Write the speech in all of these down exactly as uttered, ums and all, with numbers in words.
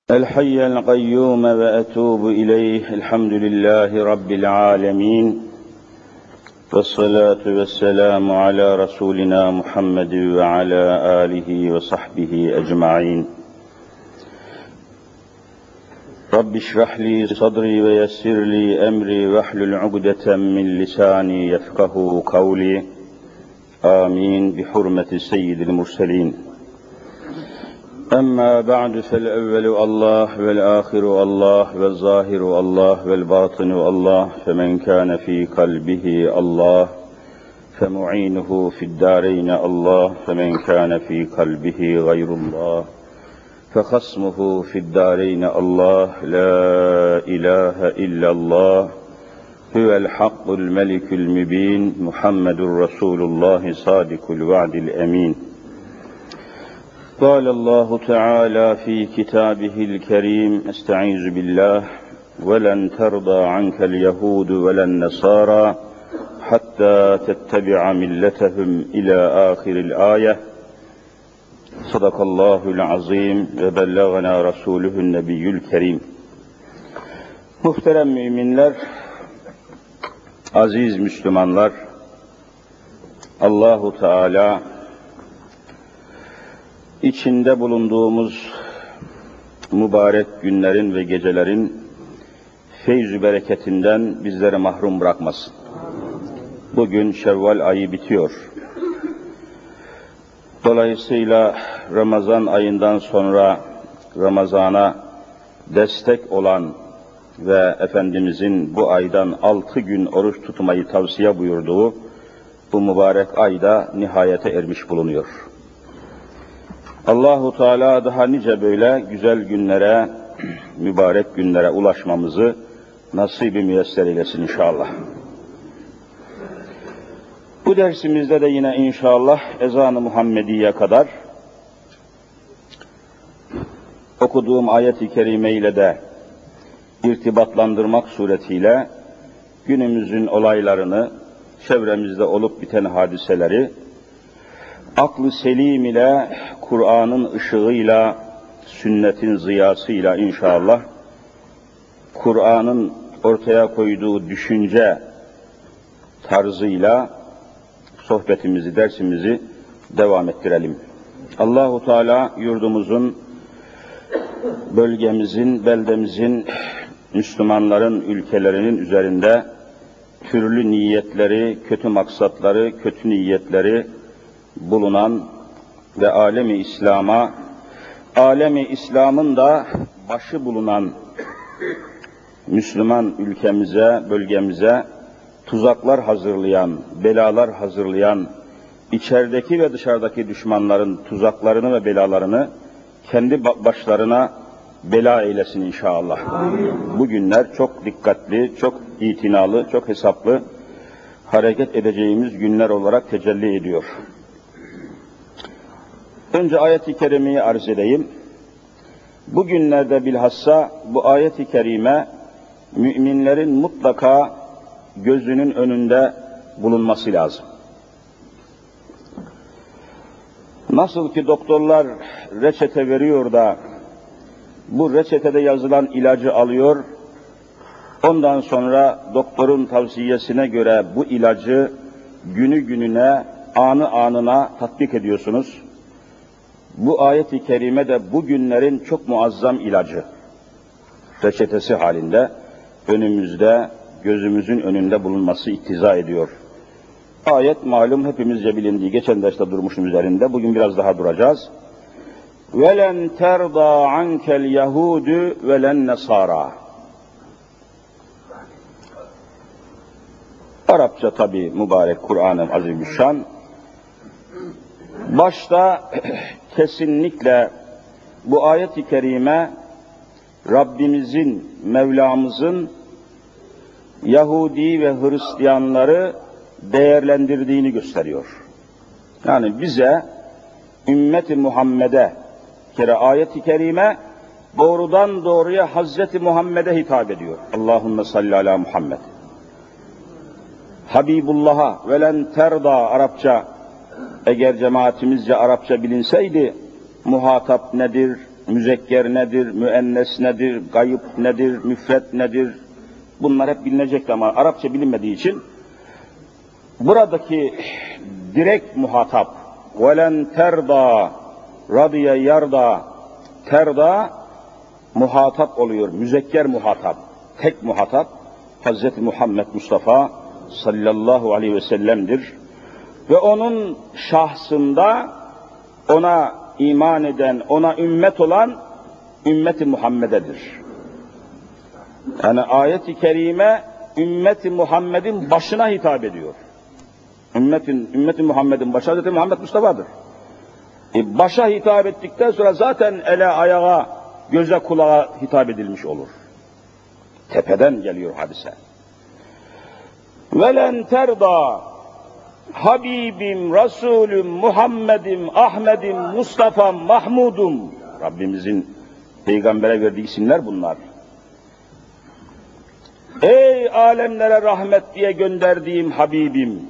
الحي القيوم وأتوب إليه الحمد لله رب العالمين والصلاة والسلام على رسولنا محمد وعلى آله وصحبه أجمعين رب اشرح لي صدري ويسر لي أمري واحلل عقدة من لساني يفقه قولي آمين بحرمة سيد المرسلين أما بعد فالأول الله والآخر الله والظاهر الله والباطن الله فمن كان في قلبه الله فمعينه في الدارين الله فمن كان في قلبه غير الله فخصمه في الدارين الله لا إله إلا الله هو الحق الملك المبين محمد رسول الله صادق الوعد الأمين قال الله تعالى في كتابه الكريم استعيذ بالله ولن ترضى عنك اليهود ولا النصارى حتى تتبع ملتهم إلى آخر الآية صدق الله العظيم وبلغنا رسوله النبي الكريم. Muhterem müminler, aziz Müslümanlar, Allahu Teala İçinde bulunduğumuz mübarek günlerin ve gecelerin feyz-ü bereketinden bizleri mahrum bırakmasın. Bugün Şevval ayı bitiyor. Dolayısıyla Ramazan ayından sonra Ramazan'a destek olan ve Efendimizin bu aydan altı gün oruç tutmayı tavsiye buyurduğu bu mübarek ayda nihayete ermiş bulunuyor. Allahu Teala daha nice böyle güzel günlere, mübarek günlere ulaşmamızı nasip-i müyesser eylesin inşallah. Bu dersimizde de yine inşallah ezan-ı Muhammediye kadar okuduğum ayet-i kerime ile de irtibatlandırmak suretiyle günümüzün olaylarını, çevremizde olup biten hadiseleri aklı selim ile, Kur'an'ın ışığıyla, sünnetin ziyasıyla inşallah Kur'an'ın ortaya koyduğu düşünce tarzıyla sohbetimizi, dersimizi devam ettirelim. Allahu Teala yurdumuzun, bölgemizin, beldemizin, Müslümanların ülkelerinin üzerinde türlü niyetleri, kötü maksatları, kötü niyetleri bulunan ve alemi İslam'a, alemi İslam'ın da başı bulunan Müslüman ülkemize, bölgemize tuzaklar hazırlayan, belalar hazırlayan, içerideki ve dışarıdaki düşmanların tuzaklarını ve belalarını kendi başlarına bela eylesin inşallah. Amin. Bu günler çok dikkatli, çok itinalı, çok hesaplı hareket edeceğimiz günler olarak tecelli ediyor. Önce ayet-i kerimeyi arz edeyim. Bugünlerde bilhassa bu ayet-i kerime müminlerin mutlaka gözünün önünde bulunması lazım. Nasıl ki doktorlar reçete veriyor da bu reçetede yazılan ilacı alıyor, ondan sonra doktorun tavsiyesine göre bu ilacı günü gününe, anı anına tatbik ediyorsunuz. Bu ayet-i kerime de bu günlerin çok muazzam ilacı, reçetesi halinde önümüzde, gözümüzün önünde bulunması iktiza ediyor. Ayet malum hepimizce bilindiği, geçen derste durmuşum üzerinde, bugün biraz daha duracağız. وَلَنْ تَرْضَى عَنْكَ الْيَهُودُ وَلَنْ نَصَارَى. Arapça tabi mübarek Kur'an-ı Azimüşşan. Başta kesinlikle bu ayet-i kerime Rabbimizin, Mevlamızın Yahudi ve Hristiyanları değerlendirdiğini gösteriyor. Yani bize, ümmeti Muhammed'e kere ayet-i kerime doğrudan doğruya Hazreti Muhammed'e hitap ediyor. Allahümme salli ala Muhammed. Habibullah'a velen terda Arapça, eğer cemaatimizce Arapça bilinseydi muhatap nedir, müzekker nedir, müennes nedir, gayb nedir, müfret nedir? Bunlar hep bilinecekti ama Arapça bilinmediği için buradaki direkt muhatap وَلَنْ terda radiye yarda terda muhatap oluyor, müzekker muhatap, tek muhatap Hazreti Muhammed Mustafa sallallahu aleyhi ve sellem'dir. Ve onun şahsında ona iman eden, ona ümmet olan ümmeti Muhammed'edir. Yani ayet-i kerime ümmeti Muhammed'in başına hitap ediyor. Ümmetin, ümmeti Muhammed'in başı Hazreti Muhammed Mustafa'dır. E başa hitap ettikten sonra zaten ele, ayağa, göze, kulağa hitap edilmiş olur. Tepeden geliyor hadise. Velen terda Habibim, Resulüm, Muhammed'im, Ahmet'im, Mustafa'm, Mahmud'um. Rabbimizin peygambere verdiği isimler bunlar. Ey alemlere rahmet diye gönderdiğim Habibim.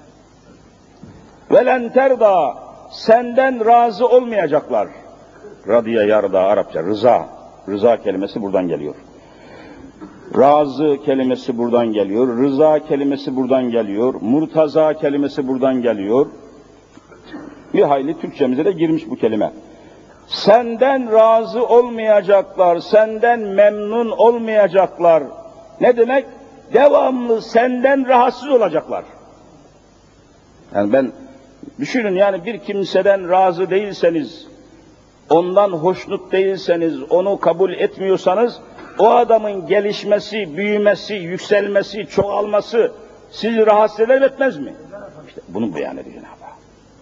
Velen terda, senden razı olmayacaklar. Radiye yarda Arapça, rıza. Rıza kelimesi buradan geliyor. Razı kelimesi buradan geliyor, rıza kelimesi buradan geliyor, murtaza kelimesi buradan geliyor. Bir hayli Türkçemize de girmiş bu kelime. Senden razı olmayacaklar, senden memnun olmayacaklar. Ne demek? Devamlı senden rahatsız olacaklar. Yani ben, düşünün yani bir kimseden razı değilseniz, ondan hoşnut değilseniz, onu kabul etmiyorsanız, o adamın gelişmesi, büyümesi, yükselmesi, çoğalması sizi rahatsız eder etmez mi? İşte bunu beyan ediyor Cenab-ı Hak.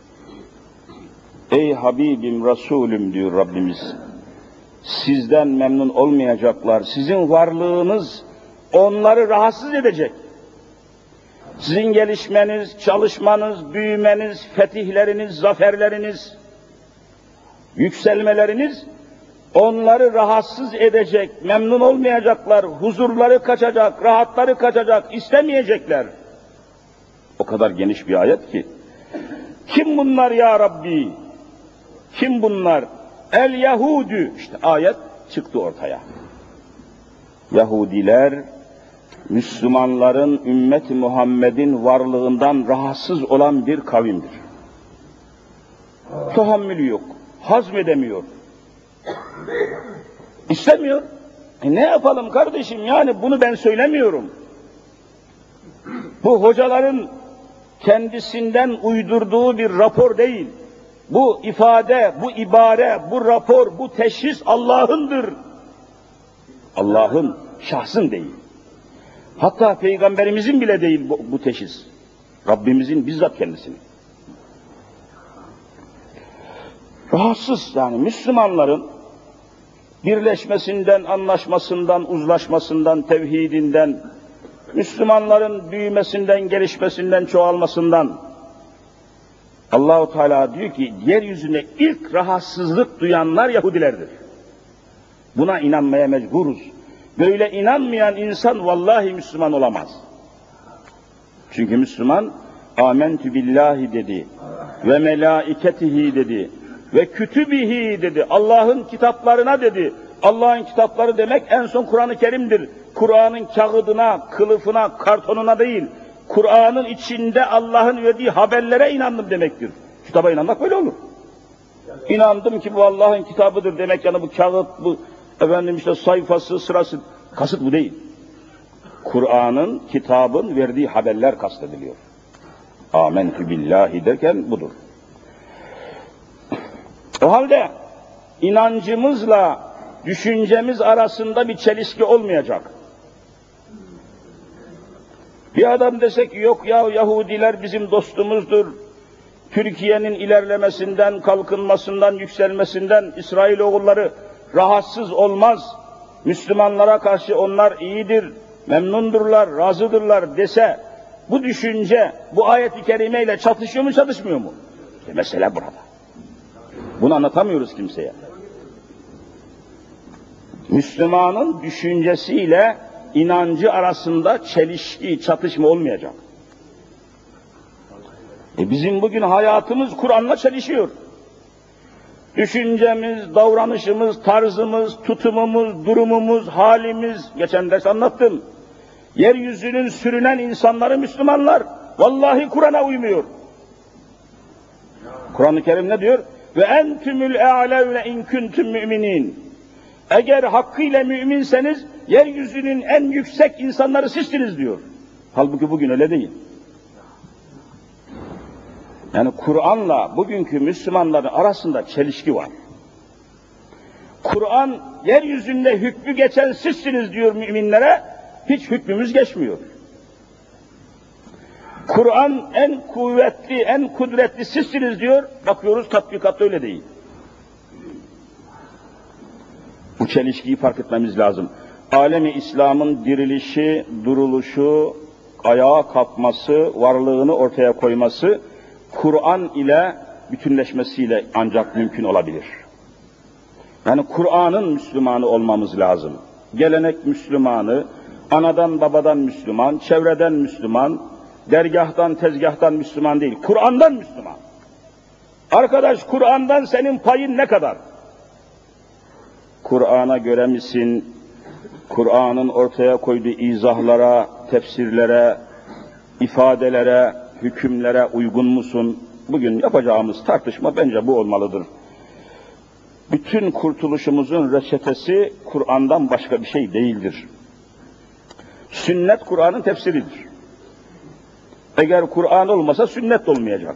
Ey Habibim, Resulüm diyor Rabbimiz. Sizden memnun olmayacaklar. Sizin varlığınız onları rahatsız edecek. Sizin gelişmeniz, çalışmanız, büyümeniz, fetihleriniz, zaferleriniz, yükselmeleriniz onları rahatsız edecek, memnun olmayacaklar, huzurları kaçacak, rahatları kaçacak, istemeyecekler. O kadar geniş bir ayet ki. Kim bunlar ya Rabbi? Kim bunlar? El Yahudü. İşte ayet çıktı ortaya. Yahudiler, Müslümanların, ümmeti Muhammed'in varlığından rahatsız olan bir kavimdir. Tahammülü yok, hazmedemiyor. İstemiyor. E ne yapalım kardeşim, yani bunu ben söylemiyorum. Bu hocaların kendisinden uydurduğu bir rapor değil. Bu ifade, bu ibare, bu rapor, bu teşhis Allah'ındır. Allah'ın, şahsın değil. Hatta Peygamberimizin bile değil bu, bu teşhis. Rabbimizin bizzat kendisini. Rahatsız yani Müslümanların birleşmesinden, anlaşmasından, uzlaşmasından, tevhidinden, Müslümanların büyümesinden, gelişmesinden, çoğalmasından. Allah-u Teala diyor ki, yeryüzünde ilk rahatsızlık duyanlar Yahudilerdir. Buna inanmaya mecburuz. Böyle inanmayan insan vallahi Müslüman olamaz. Çünkü Müslüman, âmentü billahi dedi, ve melâiketihi dedi, ve kütübihi dedi, Allah'ın kitaplarına dedi. Allah'ın kitapları demek en son Kur'an-ı Kerim'dir. Kur'an'ın kağıdına, kılıfına, kartonuna değil, Kur'an'ın içinde Allah'ın verdiği haberlere inandım demektir. Kitaba inanmak böyle olur. İnandım ki bu Allah'ın kitabıdır demek, yani bu kağıt, bu efendim işte sayfası, sırası, kasıt bu değil. Kur'an'ın, kitabın verdiği haberler kastediliyor. Âmentü billahi derken budur. O halde inancımızla düşüncemiz arasında bir çelişki olmayacak. Bir adam desek yok ya Yahudiler bizim dostumuzdur. Türkiye'nin ilerlemesinden, kalkınmasından, yükselmesinden İsrailoğulları rahatsız olmaz. Müslümanlara karşı onlar iyidir, memnundurlar, razıdırlar dese bu düşünce bu ayet-i kerimeyle çatışıyor mu, çatışmıyor mu? İşte mesele burada. Bunu anlatamıyoruz kimseye. Müslümanın düşüncesiyle inancı arasında çelişki, çatışma olmayacak. E bizim bugün hayatımız Kur'an'la çelişiyor. Düşüncemiz, davranışımız, tarzımız, tutumumuz, durumumuz, halimiz, geçen ders anlattım. Yeryüzünün sürünen insanları Müslümanlar. Vallahi Kur'an'a uymuyor. Kur'an-ı Kerim ne diyor? Ve entümül e'alevne in kuntum müminin. Eğer hakkıyla müminseniz, yeryüzünün en yüksek insanları sizsiniz diyor. Halbuki bugün öyle değil. Yani Kur'an'la bugünkü Müslümanların arasında çelişki var. Kur'an, yeryüzünde hükmü geçen sizsiniz diyor müminlere, hiç hükmümüz geçmiyor. Kur'an en kuvvetli, en kudretli sizsiniz diyor, bakıyoruz tatbikatta öyle değil. Bu çelişkiyi fark etmemiz lazım. Alemi İslam'ın dirilişi, duruluşu, ayağa kalkması, varlığını ortaya koyması, Kur'an ile bütünleşmesiyle ancak mümkün olabilir. Yani Kur'an'ın Müslümanı olmamız lazım. Gelenek Müslümanı, anadan babadan Müslüman, çevreden Müslüman, dergahtan tezgahtan Müslüman değil, Kur'an'dan Müslüman. Arkadaş, Kur'an'dan senin payın ne kadar? Kur'an'a göre misin? Kur'an'ın ortaya koyduğu izahlara, tefsirlere, ifadelere, hükümlere uygun musun? Bugün yapacağımız tartışma bence bu olmalıdır. Bütün kurtuluşumuzun reçetesi Kur'an'dan başka bir şey değildir. Sünnet Kur'an'ın tefsiridir. Eğer Kur'an olmasa sünnet olmayacak.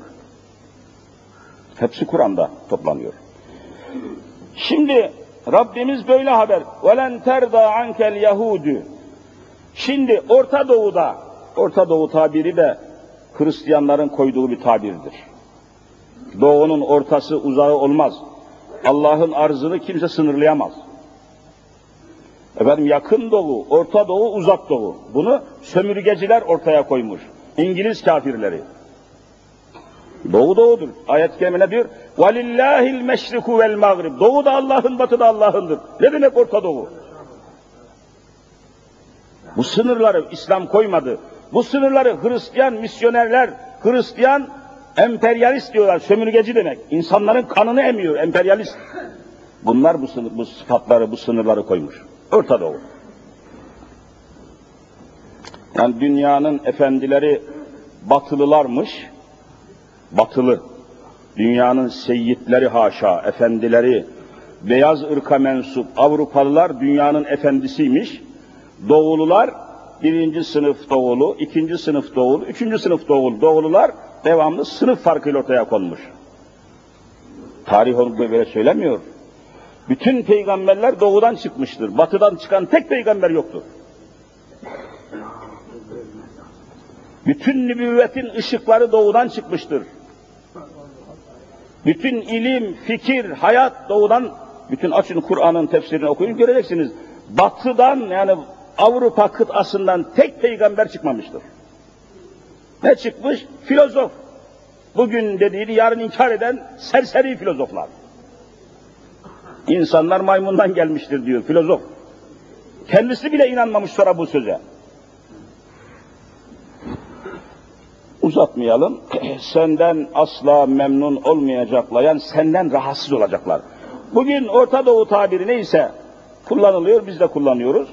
Hepsi Kur'an'da toplanıyor. Şimdi Rabbimiz böyle haber. وَلَنْ تَرْضَى عَنْكَ الْيَهُودُ. Şimdi Orta Doğu'da, Orta Doğu tabiri de Hristiyanların koyduğu bir tabirdir. Doğunun ortası uzağı olmaz. Allah'ın arzını kimse sınırlayamaz. Efendim yakın doğu, Orta Doğu, uzak doğu. Bunu sömürgeciler ortaya koymuş. İngiliz kafirleri. Doğu doğudur. Ayet-i kerime ne diyor? وَلِلَّهِ الْمَشْرِكُ وَالْمَغْرِبِ. Doğu da Allah'ın, batı da Allah'ındır. Ne demek Orta Doğu? Bu sınırları İslam koymadı. Bu sınırları Hristiyan misyonerler, Hristiyan emperyalist diyorlar, sömürgeci demek. İnsanların kanını emiyor, emperyalist. Bunlar bu, sınır, bu sıfatları, bu sınırları koymuş. Orta Doğu. Yani dünyanın efendileri batılılarmış, batılı. Dünyanın seyyidleri haşa, efendileri, beyaz ırka mensup Avrupalılar dünyanın efendisiymiş. Doğulular, birinci sınıf doğulu, ikinci sınıf doğulu, üçüncü sınıf doğulu. Doğulular devamlı sınıf farkıyla ortaya konmuş. Tarih onu böyle söylemiyor. Bütün peygamberler doğudan çıkmıştır. Batıdan çıkan tek peygamber yoktur. Bütün nübüvvetin ışıkları doğudan çıkmıştır. Bütün ilim, fikir, hayat doğudan, bütün açın Kur'an'ın tefsirini okuyun göreceksiniz. Batıdan yani Avrupa kıtasından tek peygamber çıkmamıştır. Ne çıkmış? Filozof. Bugün dediğini yarın inkar eden serseri filozoflar. İnsanlar maymundan gelmiştir diyor filozof. Kendisi bile inanmamış sonra bu söze. Uzatmayalım. Senden asla memnun olmayacaklar. Yani senden rahatsız olacaklar. Bugün Orta Doğu tabiri neyse kullanılıyor, biz de kullanıyoruz.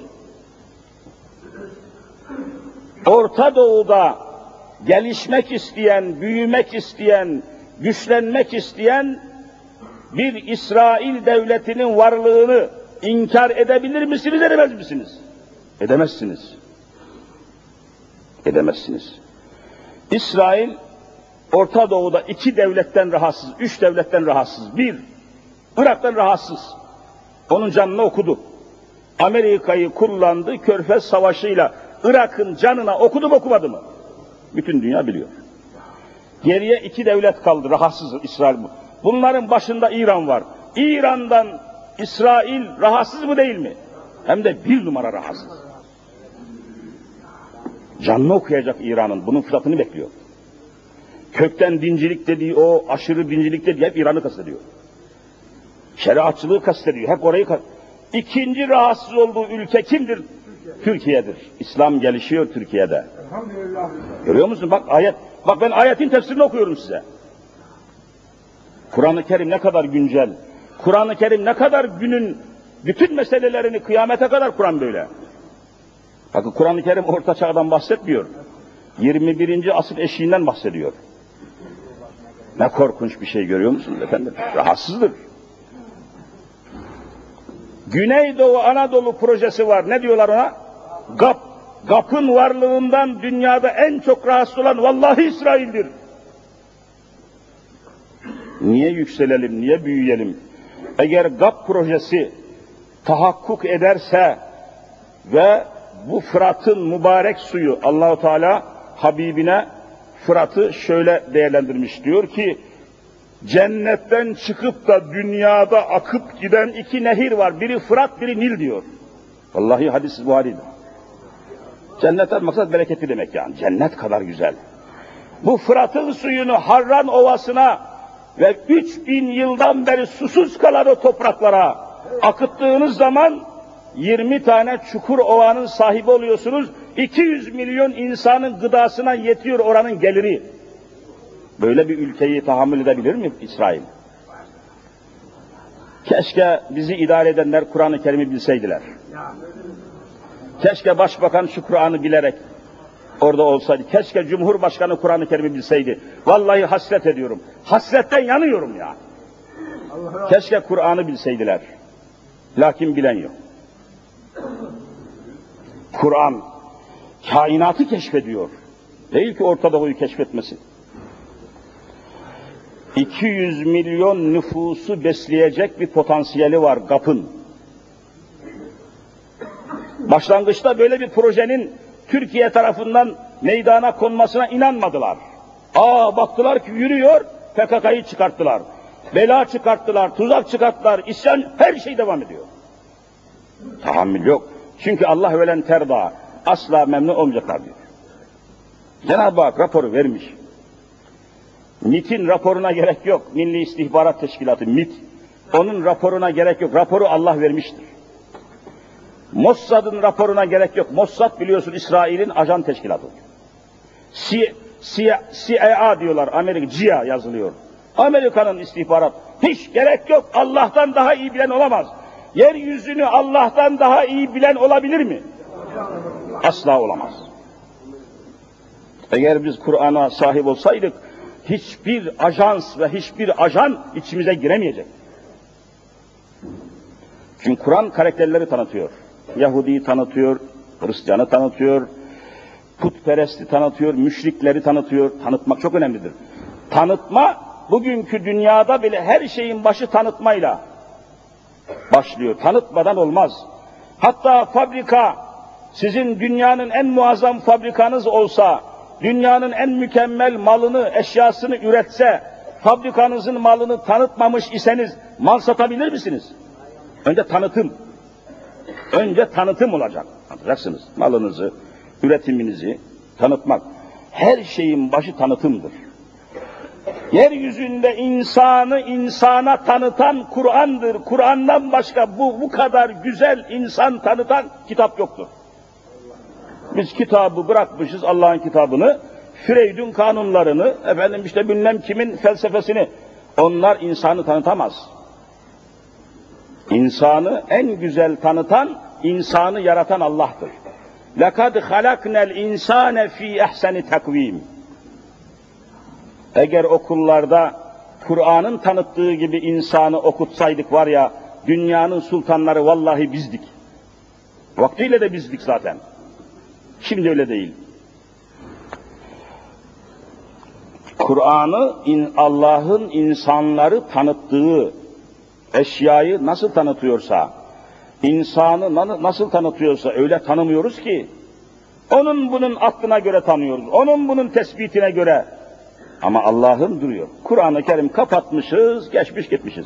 Orta Doğu'da gelişmek isteyen, büyümek isteyen, güçlenmek isteyen bir İsrail devletinin varlığını inkar edebilir misiniz, edemez misiniz? Edemezsiniz. Edemezsiniz. İsrail, Orta Doğu'da iki devletten rahatsız, üç devletten rahatsız. Bir, Irak'tan rahatsız. Onun canını okudu. Amerika'yı kullandı, Körfez Savaşı'yla Irak'ın canına okudu mu okumadı mı? Bütün dünya biliyor. Geriye iki devlet kaldı, rahatsız İsrail bu. Bunların başında İran var. İran'dan İsrail rahatsız mı değil mi? Hem de bir numara rahatsız. Canını okuyacak İran'ın, bunun fırsatını bekliyor. Kökten dincilik dediği o, aşırı dincilik dediği hep İran'ı kastediyor. Şeriatçılığı kastediyor, hep orayı kastediyor. İkinci rahatsız olduğu ülke kimdir? Türkiye'dir. İslam gelişiyor Türkiye'de. Görüyor musun? Bak ayet, bak ben ayetin tefsirini okuyorum size. Kur'an-ı Kerim ne kadar güncel. Kur'an-ı Kerim ne kadar günün bütün meselelerini kıyamete kadar Kur'an böyle. Bakın Kur'an-ı Kerim Orta Çağ'dan bahsetmiyor. yirmi birinci asır eşiğinden bahsediyor. Ne korkunç bir şey görüyor musunuz efendim? Rahatsızdır. Güneydoğu Anadolu projesi var. Ne diyorlar ona? GAP. GAP'ın varlığından dünyada en çok rahatsız olan vallahi İsrail'dir. Niye yükselelim, niye büyüyelim? Eğer GAP projesi tahakkuk ederse ve bu Fırat'ın mübarek suyu, Allah-u Teala Habibine Fırat'ı şöyle değerlendirmiş, diyor ki cennetten çıkıp da dünyada akıp giden iki nehir var, biri Fırat, biri Nil diyor. Vallahi hadis-i Buhari'dir. Cennetten maksat bereketli demek yani, cennet kadar güzel. Bu Fırat'ın suyunu Harran Ovası'na ve üç bin yıldan beri susuz kalan o topraklara akıttığınız zaman yirmi tane çukur ovanın sahibi oluyorsunuz. iki yüz milyon insanın gıdasına yetiyor oranın geliri. Böyle bir ülkeyi tahammül edebilir mi İsrail? Keşke bizi idare edenler Kur'an-ı Kerim'i bilseydiler. Keşke başbakan şu Kur'an'ı bilerek orada olsaydı. Keşke Cumhurbaşkanı Kur'an-ı Kerim'i bilseydi. Vallahi hasret ediyorum. Hasretten yanıyorum ya. Keşke Kur'an'ı bilseydiler. Lakin bilen yok. Kur'an kainatı keşfediyor. Değil ki Orta Doğu'yu keşfetmesin. iki yüz milyon nüfusu besleyecek bir potansiyeli var GAP'ın. Başlangıçta böyle bir projenin Türkiye tarafından meydana konmasına inanmadılar. Aa baktılar ki yürüyor, P K K'yı çıkarttılar. Bela çıkarttılar, tuzak çıkarttılar, isyan, her şey devam ediyor. Tahammül yok. Çünkü Allah velen terda, asla memnun olmayacaklar diyor. Cenab-ı Hak raporu vermiş. MİT'in raporuna gerek yok. Milli İstihbarat Teşkilatı MİT. Onun raporuna gerek yok. Raporu Allah vermiştir. Mossad'ın raporuna gerek yok. Mossad biliyorsun İsrail'in ajan teşkilatı. C I A diyorlar. Amerika, C I A yazılıyor. Amerika'nın istihbarat. Hiç gerek yok. Allah'tan daha iyi bilen olamaz. Yeryüzünü Allah'tan daha iyi bilen olabilir mi? Asla olamaz. Eğer biz Kur'an'a sahip olsaydık, hiçbir ajans ve hiçbir ajan içimize giremeyecek. Çünkü Kur'an karakterleri tanıtıyor. Yahudi'yi tanıtıyor, Hristiyan'ı tanıtıyor, putperesti tanıtıyor, müşrikleri tanıtıyor. Tanıtmak çok önemlidir. Tanıtma, bugünkü dünyada bile her şeyin başı tanıtmayla başlıyor. Tanıtmadan olmaz. Hatta fabrika, sizin dünyanın en muazzam fabrikanız olsa, dünyanın en mükemmel malını, eşyasını üretse, fabrikanızın malını tanıtmamış iseniz mal satabilir misiniz? Önce tanıtım. Önce tanıtım olacak. Anlayacaksınız. Malınızı, üretiminizi tanıtmak. Her şeyin başı tanıtımdır. Yeryüzünde insanı insana tanıtan Kur'an'dır. Kur'an'dan başka bu, bu kadar güzel insan tanıtan kitap yoktur. Biz kitabı bırakmışız, Allah'ın kitabını, Freud'un kanunlarını, efendim işte bilmem kimin felsefesini. Onlar insanı tanıtamaz. İnsanı en güzel tanıtan, insanı yaratan Allah'tır. لَقَدْ خَلَقْنَا الْاِنْسَانَ ف۪ي اَحْسَنِ تَقْو۪يمٍ. Eğer okullarda Kur'an'ın tanıttığı gibi insanı okutsaydık var ya, dünyanın sultanları vallahi bizdik. Vaktiyle de bizdik zaten. Şimdi öyle değil. Kur'an'ı in, Allah'ın insanları tanıttığı eşyayı nasıl tanıtıyorsa, insanı nasıl tanıtıyorsa öyle tanımıyoruz ki, onun bunun aklına göre tanıyoruz, onun bunun tespitine göre. Ama Allah'ın duruyor. Kur'an-ı Kerim kapatmışız, geçmiş gitmişiz.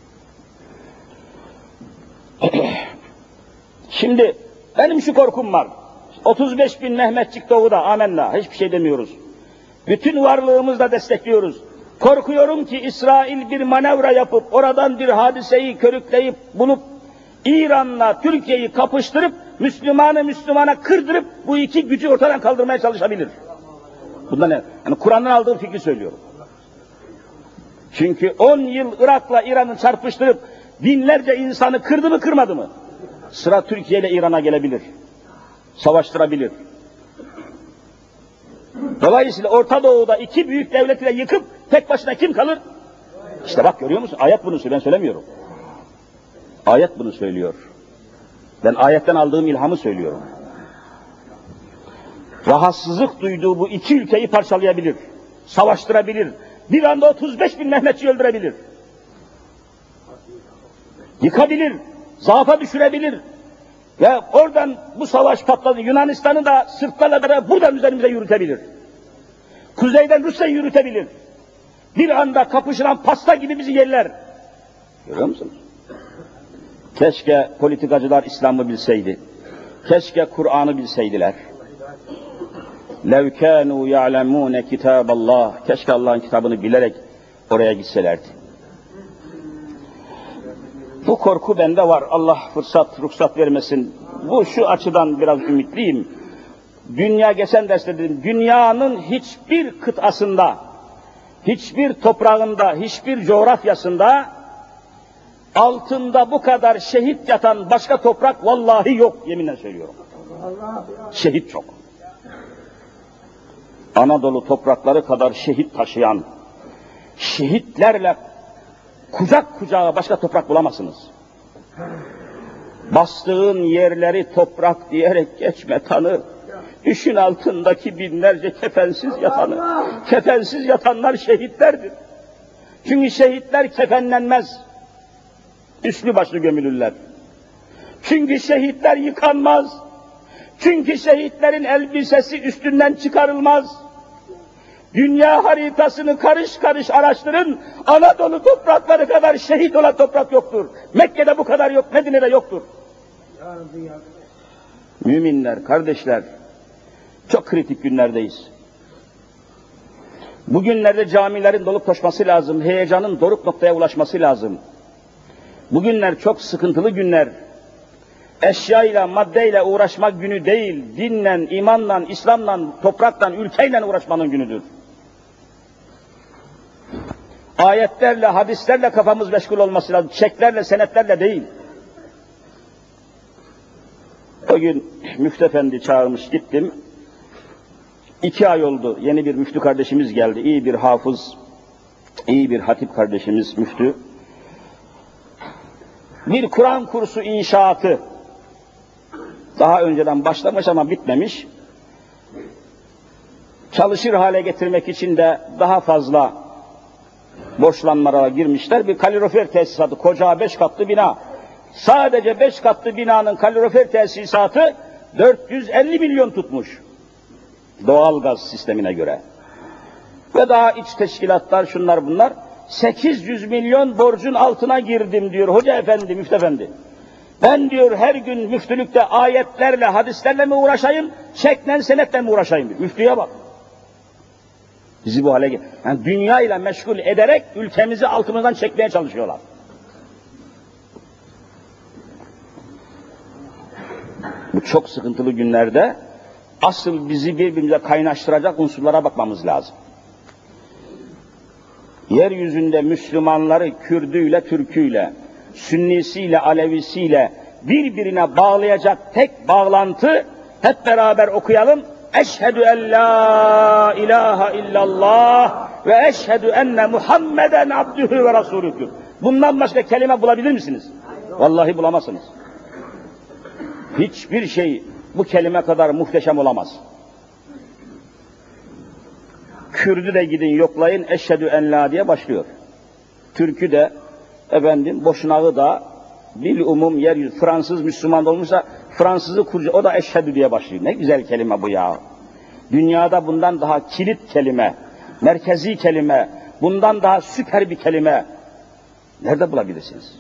Şimdi benim şu korkum var. otuz beş bin Mehmetçik Doğu'da, amenna, hiçbir şey demiyoruz. Bütün varlığımızla destekliyoruz. Korkuyorum ki İsrail bir manevra yapıp, oradan bir hadiseyi körükleyip, bulup, İran'la Türkiye'yi kapıştırıp, Müslümanı Müslümana kırdırıp, bu iki gücü ortadan kaldırmaya çalışabilir. Bundan ne? Yani Kur'an'dan aldığım fikri söylüyorum. Çünkü on yıl Irak'la İran'ı çarpıştırıp, binlerce insanı kırdı mı kırmadı mı? Sıra Türkiye ile İran'a gelebilir. Savaştırabilir. Dolayısıyla Orta Doğu'da iki büyük devleti de yıkıp tek başına kim kalır? İşte bak görüyor musun? Ayet bunu söylüyor, ben söylemiyorum. Ayet bunu söylüyor. Ben ayetten aldığım ilhamı söylüyorum. Rahatsızlık duyduğu bu iki ülkeyi parçalayabilir, savaştırabilir. Bir anda otuz beş bin Mehmetçi öldürebilir. Yıkabilir, zaafa düşürebilir. Ve oradan bu savaş patladı. Yunanistan'ı da Sırplarla beraber buradan üzerimize yürütebilir. Kuzeyden Rusya yürütebilir. Bir anda kapışılan pasta gibi bizi yerler. Görüyor musunuz? Keşke politikacılar İslam'ı bilseydi. Keşke Kur'an'ı bilseydiler. لَوْ كَانُوا يَعْلَمُونَ كِتَابَ اللّٰهِ Keşke Allah'ın kitabını bilerek oraya gitselerdi. Bu korku bende var. Allah fırsat, ruhsat vermesin. Bu şu açıdan biraz ümitliyim. Dünya, geçen derste dedim, dünyanın hiçbir kıtasında, hiçbir toprağında, hiçbir coğrafyasında altında bu kadar şehit yatan başka toprak vallahi yok, yeminle söylüyorum. Şehit çok. Anadolu toprakları kadar şehit taşıyan, şehitlerle kucak kucağa başka toprak bulamazsınız. Bastığın yerleri toprak diyerek geçme Tanrı. Düşün altındaki binlerce kefensiz yatanı. Kefensiz yatanlar şehitlerdir. Çünkü şehitler kefenlenmez. Üslü başlı gömülürler. Çünkü şehitler yıkanmaz. Çünkü şehitlerin elbisesi üstünden çıkarılmaz. Dünya haritasını karış karış araştırın, Anadolu toprakları kadar şehit olan toprak yoktur. Mekke'de bu kadar yok, Medine'de yoktur. Müminler, kardeşler, çok kritik günlerdeyiz. Bugünlerde camilerin dolup taşması lazım, heyecanın doruk noktaya ulaşması lazım. Bugünler çok sıkıntılı günler. Eşyayla, maddeyle uğraşmak günü değil, dinle, imanla, İslam'la, toprakla, ülkeyle uğraşmanın günüdür. Ayetlerle, hadislerle kafamız meşgul olması lazım, çeklerle, senetlerle değil. O gün Müftü Efendi çağırmış, gittim. İki ay oldu, yeni bir müftü kardeşimiz geldi, iyi bir hafız, iyi bir hatip kardeşimiz, müftü. Bir Kur'an kursu inşaatı, daha önceden başlamış ama bitmemiş. Çalışır hale getirmek için de daha fazla borçlanmalara girmişler. Bir kalorifer tesisatı, koca beş katlı bina. Sadece beş katlı binanın kalorifer tesisatı dört yüz elli milyon tutmuş. Doğalgaz sistemine göre. Ve daha iç teşkilatlar, şunlar bunlar. sekiz yüz milyon borcun altına girdim diyor Hoca Efendi, Müftü Efendi. Ben diyor her gün müftülükte ayetlerle, hadislerle mi uğraşayım, çekle, senetle mi uğraşayım diyor. Müftüye bak. Bizi bu hale getir. Yani dünya ile meşgul ederek ülkemizi altımızdan çekmeye çalışıyorlar. Bu çok sıkıntılı günlerde asıl bizi birbirimize kaynaştıracak unsurlara bakmamız lazım. Yeryüzünde Müslümanları Kürdüyle, Türküyle, Sünnisiyle, Alevisiyle birbirine bağlayacak tek bağlantı, hep beraber okuyalım. Eşhedü en la ilahe illallah ve eşhedü enne Muhammeden abdühü ve rasulüdür. Bundan başka kelime bulabilir misiniz? Vallahi bulamazsınız. Hiçbir şey bu kelime kadar muhteşem olamaz. Kürdü de gidin yoklayın, eşhedü en la diye başlıyor. Türkü de, efendim, Boşnağı da, bil umum yeryüzü, Fransız Müslüman olmuşsa, Fransızı kurca, o da eşhedü diye başlıyor. Ne güzel kelime bu ya. Dünyada bundan daha kilit kelime, merkezi kelime, bundan daha süper bir kelime, nerede bulabilirsiniz?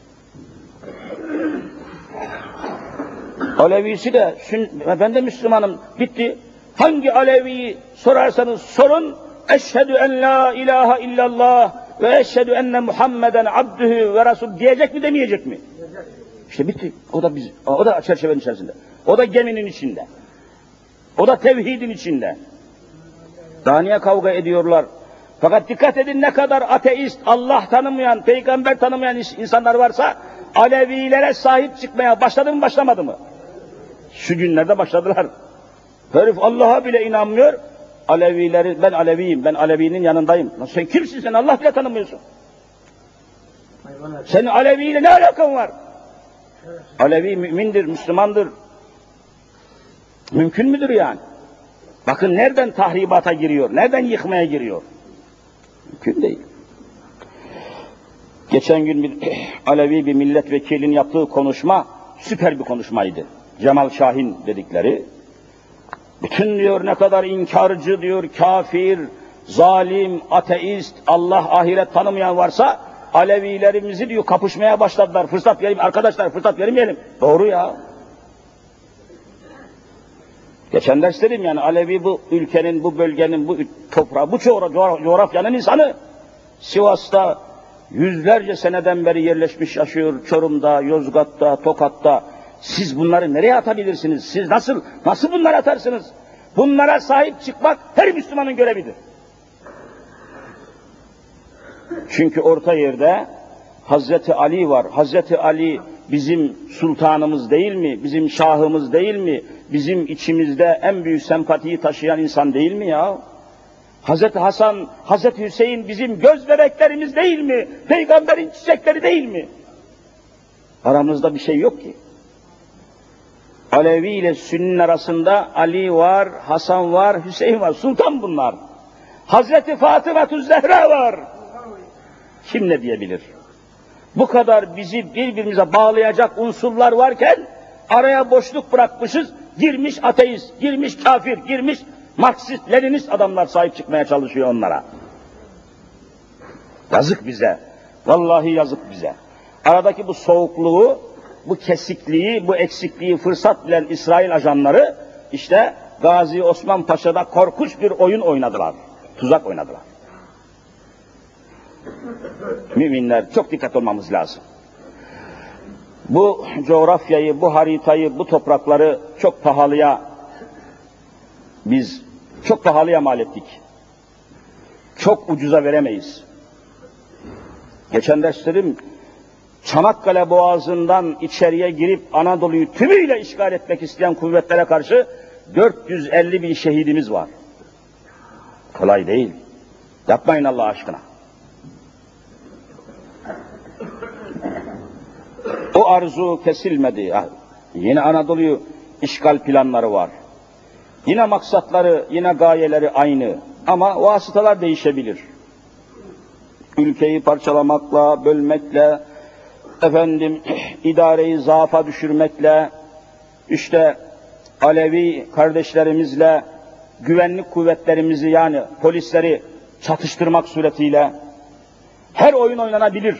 Alevisi de, ben de Müslümanım, bitti. Hangi Alevi'yi sorarsanız sorun, eşhedü en la ilahe illallah ve eşhedü enne Muhammeden abdühü ve rasul diyecek mi demeyecek mi? İşte bitti. O da biz, o da çerçevenin içerisinde. O da geminin içinde. O da tevhidin içinde. Daha niye kavga ediyorlar? Fakat dikkat edin, ne kadar ateist, Allah tanımayan, peygamber tanımayan insanlar varsa Alevilere sahip çıkmaya başladı mı başlamadı mı? Şu günlerde başladılar. Herif Allah'a bile inanmıyor. Alevileri, ben Aleviyim, ben Alevi'nin yanındayım. Lan sen kimsin, sen Allah bile tanımıyorsun. Senin Alevi ile ne alakan var? Alevi mümindir, Müslümandır. Mümkün müdür yani? Bakın nereden tahribata giriyor, nereden yıkmaya giriyor? Mümkün değil. Geçen gün bir Alevi bir milletvekilinin yaptığı konuşma süper bir konuşmaydı. Cemal Şahin dedikleri. Bütün diyor ne kadar inkarcı diyor, kafir, zalim, ateist, Allah ahiret tanımayan varsa Alevilerimizi diyor kapışmaya başladılar. Fırsat verin arkadaşlar, fırsat vermeyelim. Doğru ya. Geçen ders dedim yani Alevi bu ülkenin, bu bölgenin, bu toprağı, bu coğrafyanın insanı. Sivas'ta yüzlerce seneden beri yerleşmiş yaşıyor, Çorum'da, Yozgat'ta, Tokat'ta. Siz bunları nereye atabilirsiniz? Siz nasıl, nasıl bunları atarsınız? Bunlara sahip çıkmak her Müslümanın görevidir. Çünkü orta yerde Hazreti Ali var. Hazreti Ali bizim sultanımız değil mi? Bizim şahımız değil mi? Bizim içimizde en büyük sempatiyi taşıyan insan değil mi ya? Hazreti Hasan, Hazreti Hüseyin bizim göz bebeklerimiz değil mi? Peygamberin çiçekleri değil mi? Aramızda bir şey yok ki. Alevi ile Sünni arasında Ali var, Hasan var, Hüseyin var. Sultan bunlar. Hazreti Fatıma-tü Zehra var. Kim ne diyebilir? Bu kadar bizi birbirimize bağlayacak unsurlar varken araya boşluk bırakmışız, girmiş ateist, girmiş kafir, girmiş Marksist, Leninist adamlar sahip çıkmaya çalışıyor onlara. Yazık bize. Vallahi yazık bize. Aradaki bu soğukluğu, bu kesikliği, bu eksikliği fırsat bilen İsrail ajanları işte Gazi Osman Paşa'da korkunç bir oyun oynadılar. Tuzak oynadılar. Müminler çok dikkat olmamız lazım. Bu coğrafyayı, bu haritayı, bu toprakları çok pahalıya biz çok pahalıya mal ettik. Çok ucuza veremeyiz. Geçen ders dedim, Çanakkale Boğazı'ndan içeriye girip Anadolu'yu tümüyle işgal etmek isteyen kuvvetlere karşı dört yüz elli bin şehidimiz var. Kolay değil. Yapmayın Allah aşkına. O arzu kesilmedi. Yine Anadolu'yu işgal planları var. Yine maksatları, yine gayeleri aynı. Ama vasıtalar değişebilir. Ülkeyi parçalamakla, bölmekle, efendim idareyi zaafa düşürmekle, işte Alevi kardeşlerimizle güvenlik kuvvetlerimizi yani polisleri çatıştırmak suretiyle her oyun oynanabilir.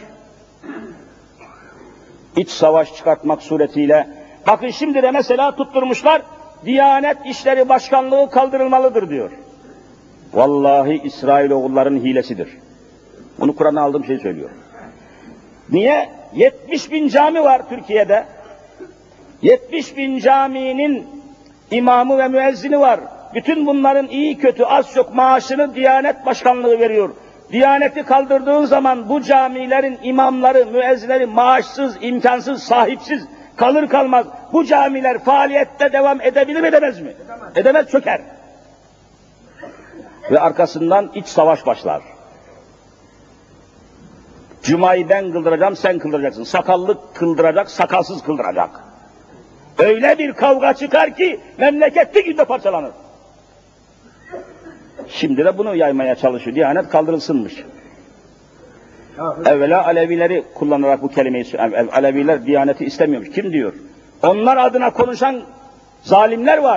İç savaş çıkartmak suretiyle. Bakın şimdi de mesela tutturmuşlar, Diyanet İşleri Başkanlığı kaldırılmalıdır diyor. Vallahi İsrailoğulların hilesidir. Bunu Kur'an'a aldığım şey söylüyor. Niye? yetmiş bin cami var Türkiye'de. yetmiş bin caminin imamı ve müezzini var. Bütün bunların iyi kötü az çok maaşını Diyanet Başkanlığı veriyor. Diyaneti kaldırdığın zaman bu camilerin imamları, müezzinleri maaşsız, imkansız, sahipsiz kalır kalmaz bu camiler faaliyette devam edebilir mi edemez mi? Edemez, edemez çöker. Ve arkasından iç savaş başlar. Cuma'yı ben kıldıracağım, sen kıldıracaksın. Sakallı kıldıracak, sakalsız kıldıracak. Öyle bir kavga çıkar ki memleket bir günde parçalanır. Şimdi de bunu yaymaya çalışıyor. Diyanet kaldırılsınmış. Evvela Alevileri kullanarak bu kelimeyi söylüyor. Aleviler Diyaneti istemiyormuş. Kim diyor? Onlar adına konuşan zalimler var.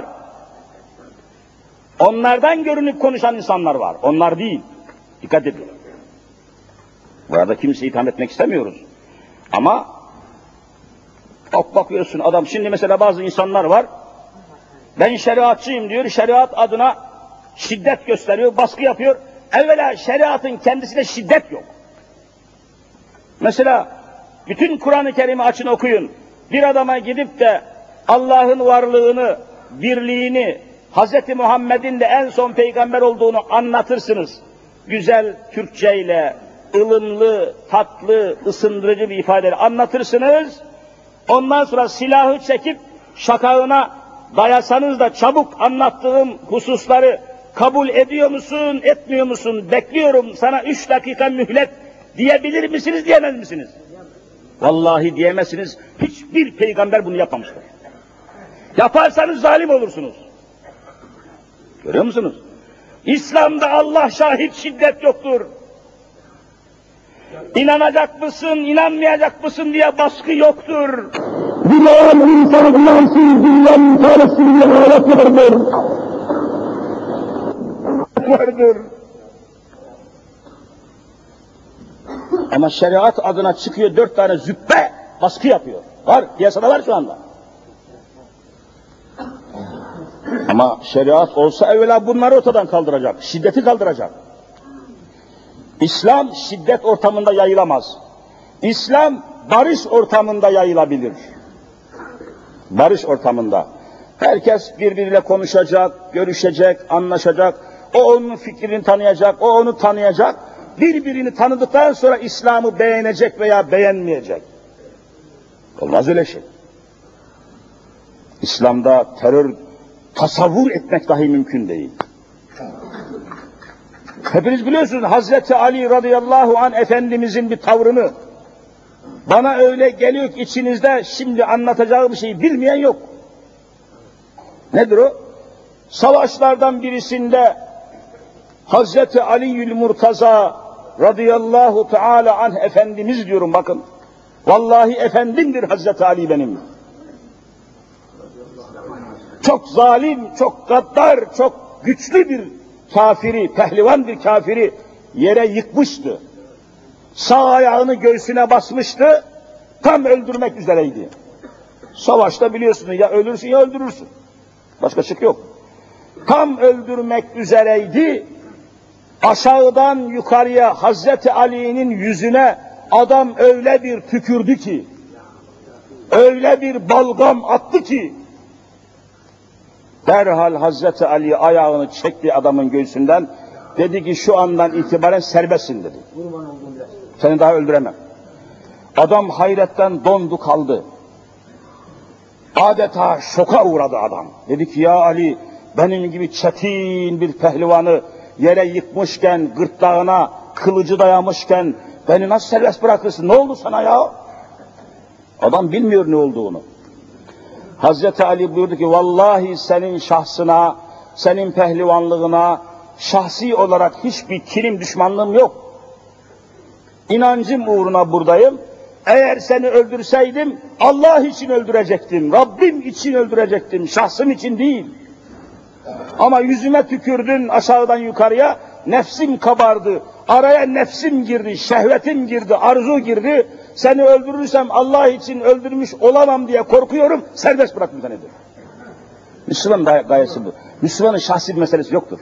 Onlardan görünüp konuşan insanlar var. Onlar değil. Dikkat edin. Burada kimseyi itham etmek istemiyoruz. Ama bak bakıyorsun adam, şimdi mesela bazı insanlar var, ben şeriatçıyım diyor, şeriat adına şiddet gösteriyor, baskı yapıyor. Evvela şeriatın kendisinde şiddet yok. Mesela bütün Kur'an-ı Kerim'i açın okuyun. Bir adama gidip de Allah'ın varlığını, birliğini, Hz. Muhammed'in de en son peygamber olduğunu anlatırsınız. Güzel Türkçeyle, ılımlı, tatlı, ısındırıcı bir ifadeyle anlatırsınız. Ondan sonra silahı çekip şakağına dayasanız da çabuk anlattığım hususları kabul ediyor musun, etmiyor musun, bekliyorum sana üç dakika mühlet diyebilir misiniz, diyemez misiniz? Vallahi diyemezsiniz. Hiçbir peygamber bunu yapmamıştır. Yaparsanız zalim olursunuz. Görüyor musunuz? İslam'da Allah şahit şiddet yoktur. İnanacak mısın, inanmayacak mısın diye baskı yoktur. Dileyen insanı inansız, dünyanın tanesi bir halet vardır. Vardır. Ama şeriat adına çıkıyor dört tane züppe baskı yapıyor. Var, piyasada var şu anda. Ama şeriat olsa evvela bunları ortadan kaldıracak, şiddeti kaldıracak. İslam şiddet ortamında yayılamaz. İslam barış ortamında yayılabilir. Barış ortamında. Herkes birbiriyle konuşacak, görüşecek, anlaşacak. O onun fikrini tanıyacak, o onu tanıyacak. Birbirini tanıdıktan sonra İslam'ı beğenecek veya beğenmeyecek. Olmaz öyle şey. İslam'da terör tasavvur etmek dahi mümkün değil. Hepiniz biliyorsunuz Hazreti Ali radıyallahu anh Efendimizin bir tavrını. Bana öyle geliyor ki içinizde şimdi anlatacağım bir şeyi bilmeyen yok. Nedir o? Savaşlardan birisinde Hazreti Ali'ül Murtaza radıyallahu teala anh Efendimiz diyorum bakın. Vallahi efendimdir Hazreti Ali benim. Çok zalim, çok gaddar, çok güçlü bir kafiri, pehlivan bir kafiri yere yıkmıştı. Sağ ayağını göğsüne basmıştı, tam öldürmek üzereydi. Savaşta biliyorsunuz ya ölürsün ya öldürürsün. Başka şık yok. Tam öldürmek üzereydi, aşağıdan yukarıya Hazreti Ali'nin yüzüne adam öyle bir tükürdü ki, öyle bir balgam attı ki, derhal Hazreti Ali ayağını çekti adamın göğsünden, dedi ki şu andan itibaren serbestsin dedi. Seni daha öldüremem. Adam hayretten dondu kaldı. Adeta şoka uğradı adam. Dedi ki ya Ali, benim gibi çetin bir pehlivanı yere yıkmışken, gırtlağına kılıcı dayamışken beni nasıl serbest bırakırsın? Ne oldu sana ya? Adam bilmiyor ne olduğunu. Hazreti Ali buyurdu ki vallahi senin şahsına, senin pehlivanlığına şahsi olarak hiçbir kinim düşmanlığım yok. İnancım uğruna buradayım. Eğer seni öldürseydim Allah için öldürecektim, Rabbim için öldürecektim, şahsım için değil. Ama yüzüme tükürdün aşağıdan yukarıya, nefsim kabardı, araya nefsim girdi, şehvetim girdi, arzu girdi. Seni öldürürsem Allah için öldürmüş olamam diye korkuyorum, serbest bıraktım seni diyor. Müslüman gayesi bu. Müslümanın şahsi bir meselesi yoktur.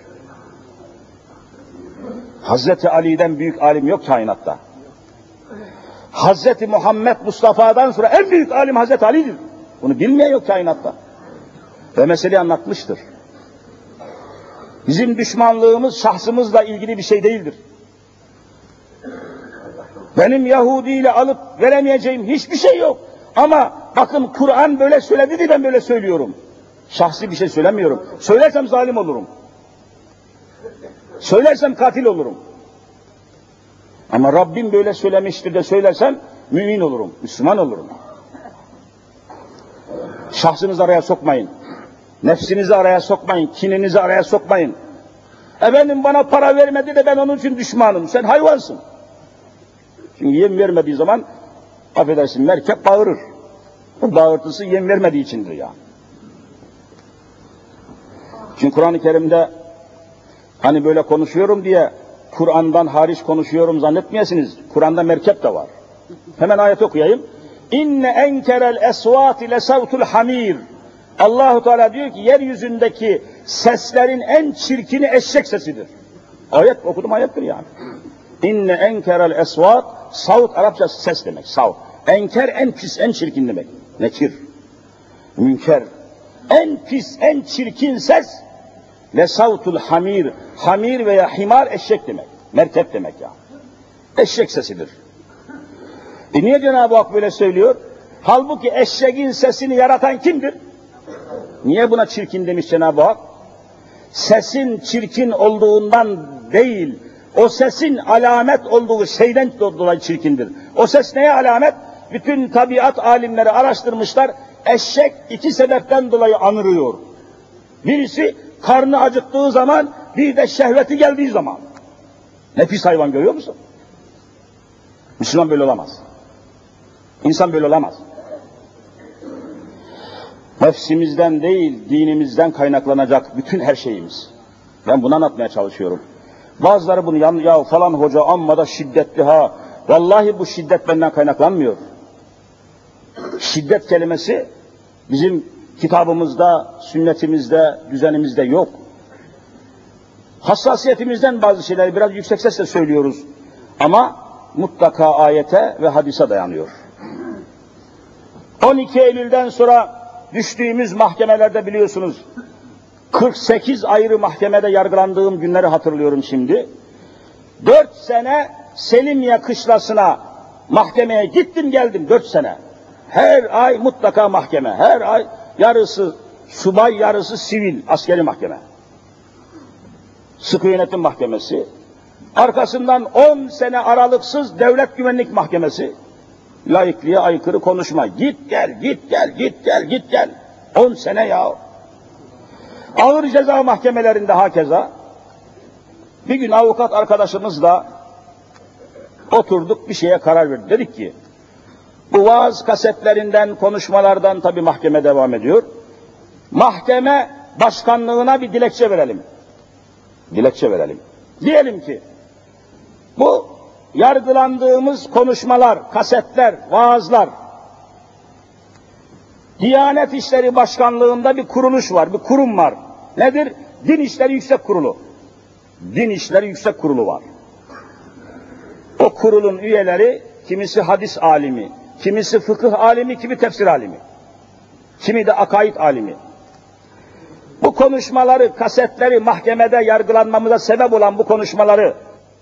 Hazreti Ali'den büyük alim yok kainatta. Hazreti Muhammed Mustafa'dan sonra en büyük alim Hazreti Ali'dir. Bunu bilmeyen yok kainatta. Ve meseleyi anlatmıştır. Bizim düşmanlığımız şahsımızla ilgili bir şey değildir. Benim Yahudi ile alıp veremeyeceğim hiçbir şey yok. Ama bakın Kur'an böyle söyledi diye ben böyle söylüyorum. Şahsi bir şey söylemiyorum. Söylersem zalim olurum. Söylersem katil olurum. Ama Rabbim böyle söylemiştir de söylersem mümin olurum, Müslüman olurum. Şahsınızı araya sokmayın. Nefsinizi araya sokmayın, kininizi araya sokmayın. Efendim bana para vermedi de ben onun için düşmanım. Sen hayvansın. Çünkü yem vermediği zaman, affedersin, merkep bağırır. O bağırtısı yem vermediği içindir ya. Çünkü Kur'an-ı Kerim'de hani böyle konuşuyorum diye Kur'an'dan hariç konuşuyorum zannetmeyesiniz. Kur'an'da merkep de var. Hemen ayet okuyayım. İnne enkerel esvati lesavtul hamir. Allahu Teala diyor ki yeryüzündeki seslerin en çirkini eşek sesidir. Ayet okudum ayettir yani. İnne enkerel esvat, savut Arapça ses demek, savut. Enker en pis, en çirkin demek. Nekir, münker. En pis, en çirkin ses lesavtul hamir. Hamir veya himar eşek demek. Merkep demek ya. Eşek sesidir. E niye Cenab-ı Hak böyle söylüyor? Halbuki eşeğin sesini yaratan kimdir? Niye buna çirkin demiş Cenab-ı Hak? Sesin çirkin olduğundan değil, o sesin alamet olduğu şeyden dolayı çirkindir. O ses neye alamet? Bütün tabiat alimleri araştırmışlar, eşek iki sebepten dolayı anırıyor. Birisi karnı acıktığı zaman, bir de şehveti geldiği zaman. Nefis hayvan, görüyor musun? Müslüman böyle olamaz. İnsan böyle olamaz. Nefsimizden değil, dinimizden kaynaklanacak bütün her şeyimiz. Ben bunu anlatmaya çalışıyorum. Bazıları bunu yan, ya falan hoca amma da şiddetli ha. Vallahi bu şiddet benden kaynaklanmıyor. Şiddet kelimesi bizim kitabımızda, sünnetimizde, düzenimizde yok. Hassasiyetimizden bazı şeyleri biraz yüksek sesle söylüyoruz. Ama mutlaka ayete ve hadise dayanıyor. on iki Eylül'den sonra düştüğümüz mahkemelerde biliyorsunuz, kırk sekiz ayrı mahkemede yargılandığım günleri hatırlıyorum şimdi. Dört sene Selimiye kışlasına mahkemeye gittim geldim, dört sene. Her ay mutlaka mahkeme, her ay yarısı subay, yarısı sivil, askeri mahkeme. Sıkı yönetim mahkemesi. Arkasından on sene aralıksız devlet güvenlik mahkemesi. Laikliğe aykırı konuşma. Git gel, git gel, git gel, git gel. On sene ya. Ağır ceza mahkemelerinde hakeza. Bir gün avukat arkadaşımızla oturduk, bir şeye karar verdik. Dedik ki, bu vaaz kasetlerinden, konuşmalardan tabii mahkeme devam ediyor. Mahkeme başkanlığına bir dilekçe verelim. Dilekçe verelim. Diyelim ki, bu yargılandığımız konuşmalar, kasetler, vaazlar, Diyanet İşleri Başkanlığı'nda bir kuruluş var, bir kurum var. Nedir? Din İşleri Yüksek Kurulu. Din İşleri Yüksek Kurulu var. O kurulun üyeleri, kimisi hadis alimi, kimisi fıkıh alimi, kimi tefsir alimi, kimi de akaid alimi. Bu konuşmaları, kasetleri mahkemede yargılanmamıza sebep olan bu konuşmaları,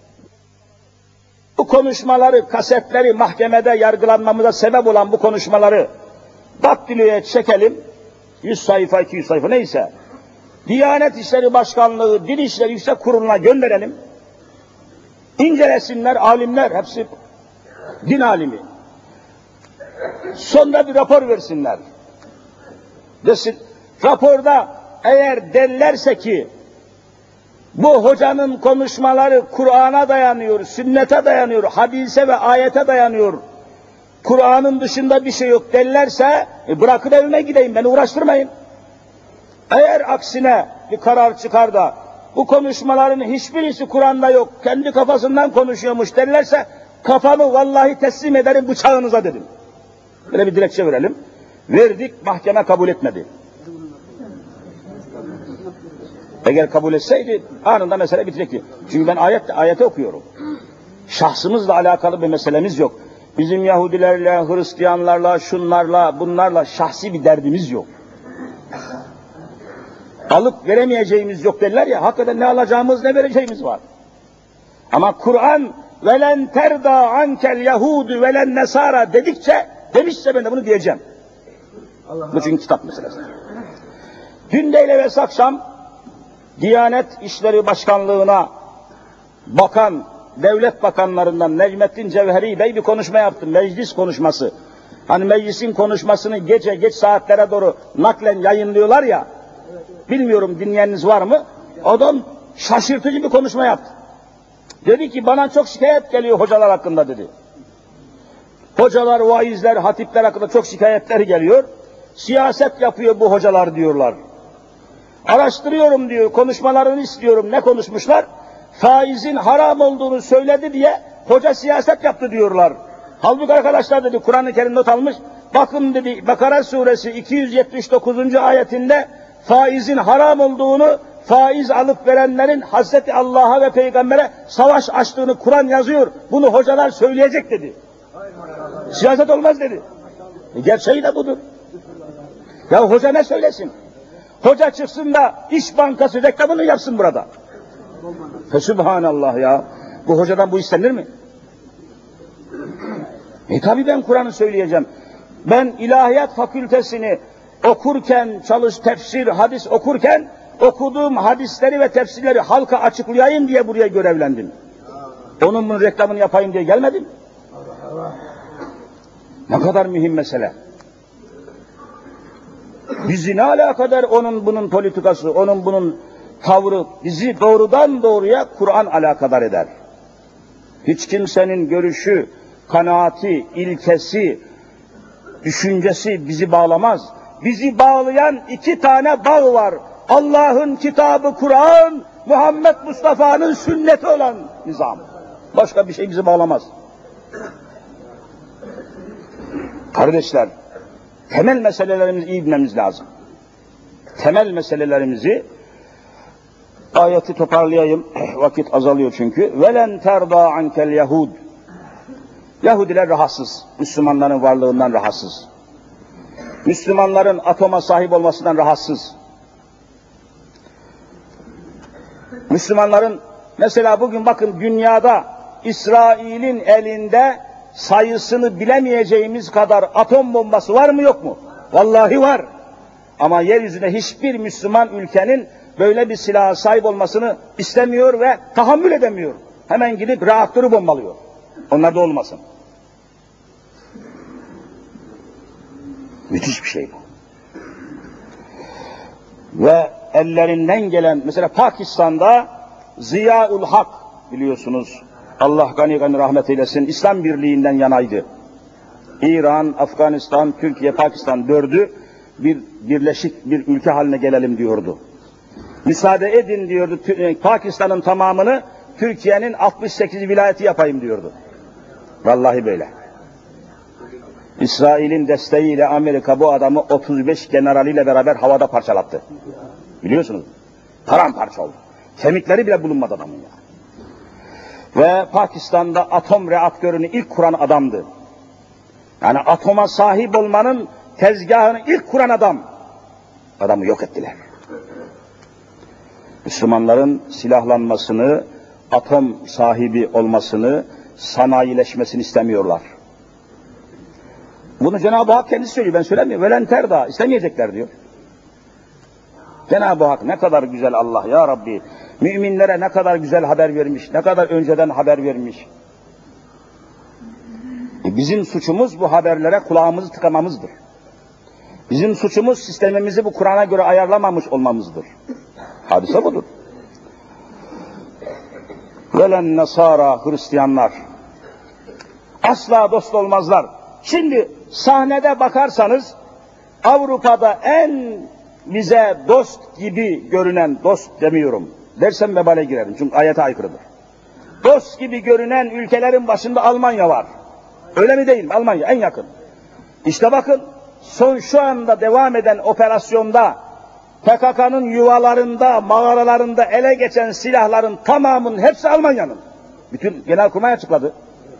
bu konuşmaları, kasetleri mahkemede yargılanmamıza sebep olan bu konuşmaları daktiloya çekelim, yüz sayfa, iki yüz sayfa neyse, Diyanet İşleri Başkanlığı, Din İşleri Yüksek Kurulu'na gönderelim, incelesinler, alimler, hepsi din alimi. Sonra bir rapor versinler. Desin, raporda eğer derlerse ki, bu hocanın konuşmaları Kur'an'a dayanıyor, sünnete dayanıyor, hadise ve ayete dayanıyor, Kur'an'ın dışında bir şey yok derlerse, e bırakın evime gideyim, beni uğraştırmayın. Eğer aksine bir karar çıkar da, bu konuşmaların hiçbirisi Kur'an'da yok, kendi kafasından konuşuyormuş derlerse, kafamı vallahi teslim ederim bıçağınıza dedim. Böyle bir dilekçe verelim. Verdik, mahkeme kabul etmedi. Eğer kabul etseydi anında mesele bitecekti. Çünkü ben ayet, ayeti okuyorum. Şahsımızla alakalı bir meselemiz yok. Bizim Yahudilerle, Hristiyanlarla, şunlarla, bunlarla şahsi bir derdimiz yok. Alıp veremeyeceğimiz yok derler ya, hakikaten ne alacağımız ne vereceğimiz var. Ama Kur'an velen terda ankel yahudu velen nesara dedikçe, demişse ben de bunu diyeceğim. Allah Bu çünkü kitap meselesi. Dün değil evvelsi akşam Diyanet İşleri Başkanlığı'na bakan, devlet bakanlarından Necmettin Cevheri Bey bir konuşma yaptı, meclis konuşması. Hani meclisin konuşmasını gece geç saatlere doğru naklen yayınlıyorlar ya, bilmiyorum dinleyeniniz var mı? Adam şaşırtıcı bir konuşma yaptı. Dedi ki bana çok şikayet geliyor hocalar hakkında dedi. Hocalar, vaizler, hatipler hakkında çok şikayetler geliyor. Siyaset yapıyor bu hocalar diyorlar. Araştırıyorum diyor, konuşmalarını istiyorum. Ne konuşmuşlar? Faizin haram olduğunu söyledi diye hoca siyaset yaptı diyorlar. Halbuki arkadaşlar dedi, Kur'an-ı Kerim not almış. Bakın dedi, Bakara suresi iki yüz yetmiş dokuzuncu ayetinde faizin haram olduğunu, faiz alıp verenlerin Hazreti Allah'a ve Peygamber'e savaş açtığını Kur'an yazıyor. Bunu hocalar söyleyecek dedi. Siyaset olmaz dedi. E gerçeği de budur. Ya hoca ne söylesin? Hoca çıksın da İş Bankası reklamını yapsın burada. Fe Sübhanallah ya. Bu hocadan bu istenir mi? E tabi ben Kur'an'ı söyleyeceğim. Ben ilahiyat fakültesini okurken, çalış tefsir, hadis okurken okuduğum hadisleri ve tefsirleri halka açıklayayım diye buraya görevlendim. Onun bunun reklamını yapayım diye gelmedim. Ne kadar mühim mesele. Bizi ne alakadar onun bunun politikası, onun bunun tavrı, bizi doğrudan doğruya Kur'an alakadar eder. Hiç kimsenin görüşü, kanaati, ilkesi, düşüncesi bizi bağlamaz. Bizi bağlayan iki tane bağ var. Allah'ın kitabı Kur'an, Muhammed Mustafa'nın sünneti olan nizam. Başka bir şey bizi bağlamaz. Kardeşler, temel meselelerimizi iyi bilmemiz lazım. Temel meselelerimizi, ayeti toparlayayım, vakit azalıyor çünkü. Velen terda ankel yahud. Yahudiler rahatsız, Müslümanların varlığından rahatsız. Müslümanların atoma sahip olmasından rahatsız. Müslümanların, mesela bugün bakın dünyada İsrail'in elinde sayısını bilemeyeceğimiz kadar atom bombası var mı yok mu? Vallahi var. Ama yeryüzünde hiçbir Müslüman ülkenin böyle bir silaha sahip olmasını istemiyor ve tahammül edemiyor. Hemen gidip reaktörü bombalıyor. Onlar da olmasın. Müthiş bir şey bu. Ve ellerinden gelen, mesela Pakistan'da Ziyaul Hak biliyorsunuz, Allah gani gani rahmet eylesin, İslam Birliği'nden yanaydı. İran, Afganistan, Türkiye, Pakistan dördü bir birleşik bir ülke haline gelelim diyordu. Müsaade edin diyordu, Pakistan'ın tamamını Türkiye'nin altmış sekiz vilayeti yapayım diyordu. Vallahi böyle. İsrail'in desteğiyle Amerika bu adamı otuz beş generaliyle beraber havada parçalattı. Biliyorsunuz. Paramparça oldu. Kemikleri bile bulunmadı adamın ya. Ve Pakistan'da atom reaktörünü ilk kuran adamdı. Yani atoma sahip olmanın tezgahını ilk kuran adam. Adamı yok ettiler. Müslümanların silahlanmasını, atom sahibi olmasını, sanayileşmesini istemiyorlar. Bunu Cenab-ı Hak kendisi söylüyor, ben söylemiyorum. Velen terda, istemeyecekler diyor. Cenab-ı Hak ne kadar güzel Allah ya Rabbi. Müminlere ne kadar güzel haber vermiş, ne kadar önceden haber vermiş. E bizim suçumuz bu haberlere kulağımızı tıkamamızdır. Bizim suçumuz sistemimizi bu Kur'an'a göre ayarlamamış olmamızdır. Hadise budur. Velen nasara, Hristiyanlar asla dost olmazlar. Şimdi sahnede bakarsanız Avrupa'da en bize dost gibi görünen, dost demiyorum dersem vebale girerim çünkü ayete aykırıdır. Dost gibi görünen ülkelerin başında Almanya var. Öyle mi değil mi? Almanya en yakın. İşte bakın son şu anda devam eden operasyonda P K K'nın yuvalarında, mağaralarında ele geçen silahların tamamının hepsi Almanya'nın. Bütün Genelkurmay açıkladı.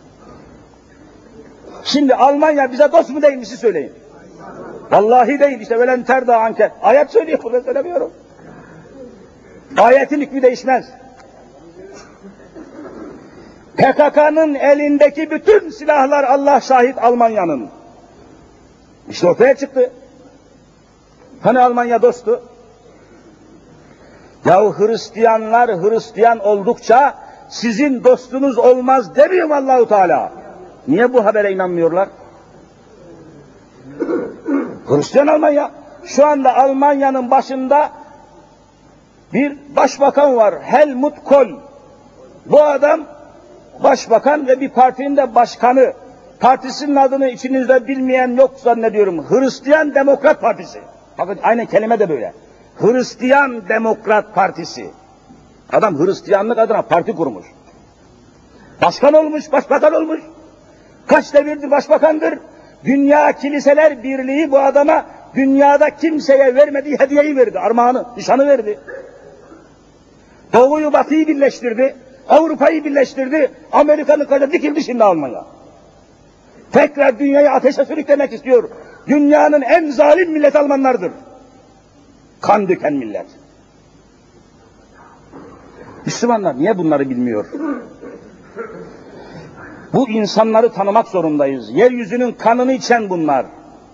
Şimdi Almanya bize dost mu değil mi siz söyleyin. Vallahi değil işte velen terda anke. Ayet söylüyor bunu söylemiyorum. Ayetin hükmü değişmez. P K K'nın elindeki bütün silahlar Allah şahit Almanya'nın. İşte ortaya çıktı. Hani Almanya dostu? Yahu Hristiyanlar Hristiyan oldukça sizin dostunuz olmaz demiyor mu Allah-u Teala? Niye bu habere inanmıyorlar? Hristiyan Almanya. Şu anda Almanya'nın başında bir başbakan var. Helmut Kohl. Bu adam başbakan ve bir partinin de başkanı. Partisinin adını içinizde bilmeyen yok zannediyorum. Hristiyan Demokrat Partisi. Bakın aynı kelime de böyle. Hristiyan Demokrat Partisi. Adam Hristiyanlık adına parti kurmuş. Başkan olmuş, başbakan olmuş. Kaç devirdir başbakandır. Dünya Kiliseler Birliği bu adama dünyada kimseye vermediği hediyeyi verdi. Armağanı, nişanı verdi. Doğu'yu Batı'yı birleştirdi. Avrupa'yı birleştirdi. Amerika'nın kadar dikildi şimdi Almanya. Tekrar dünyayı ateşe sürüklemek istiyor. Dünyanın en zalim milleti Almanlardır. Kan döken millet. Müslümanlar niye bunları bilmiyor? Bu insanları tanımak zorundayız. Yeryüzünün kanını içen bunlar.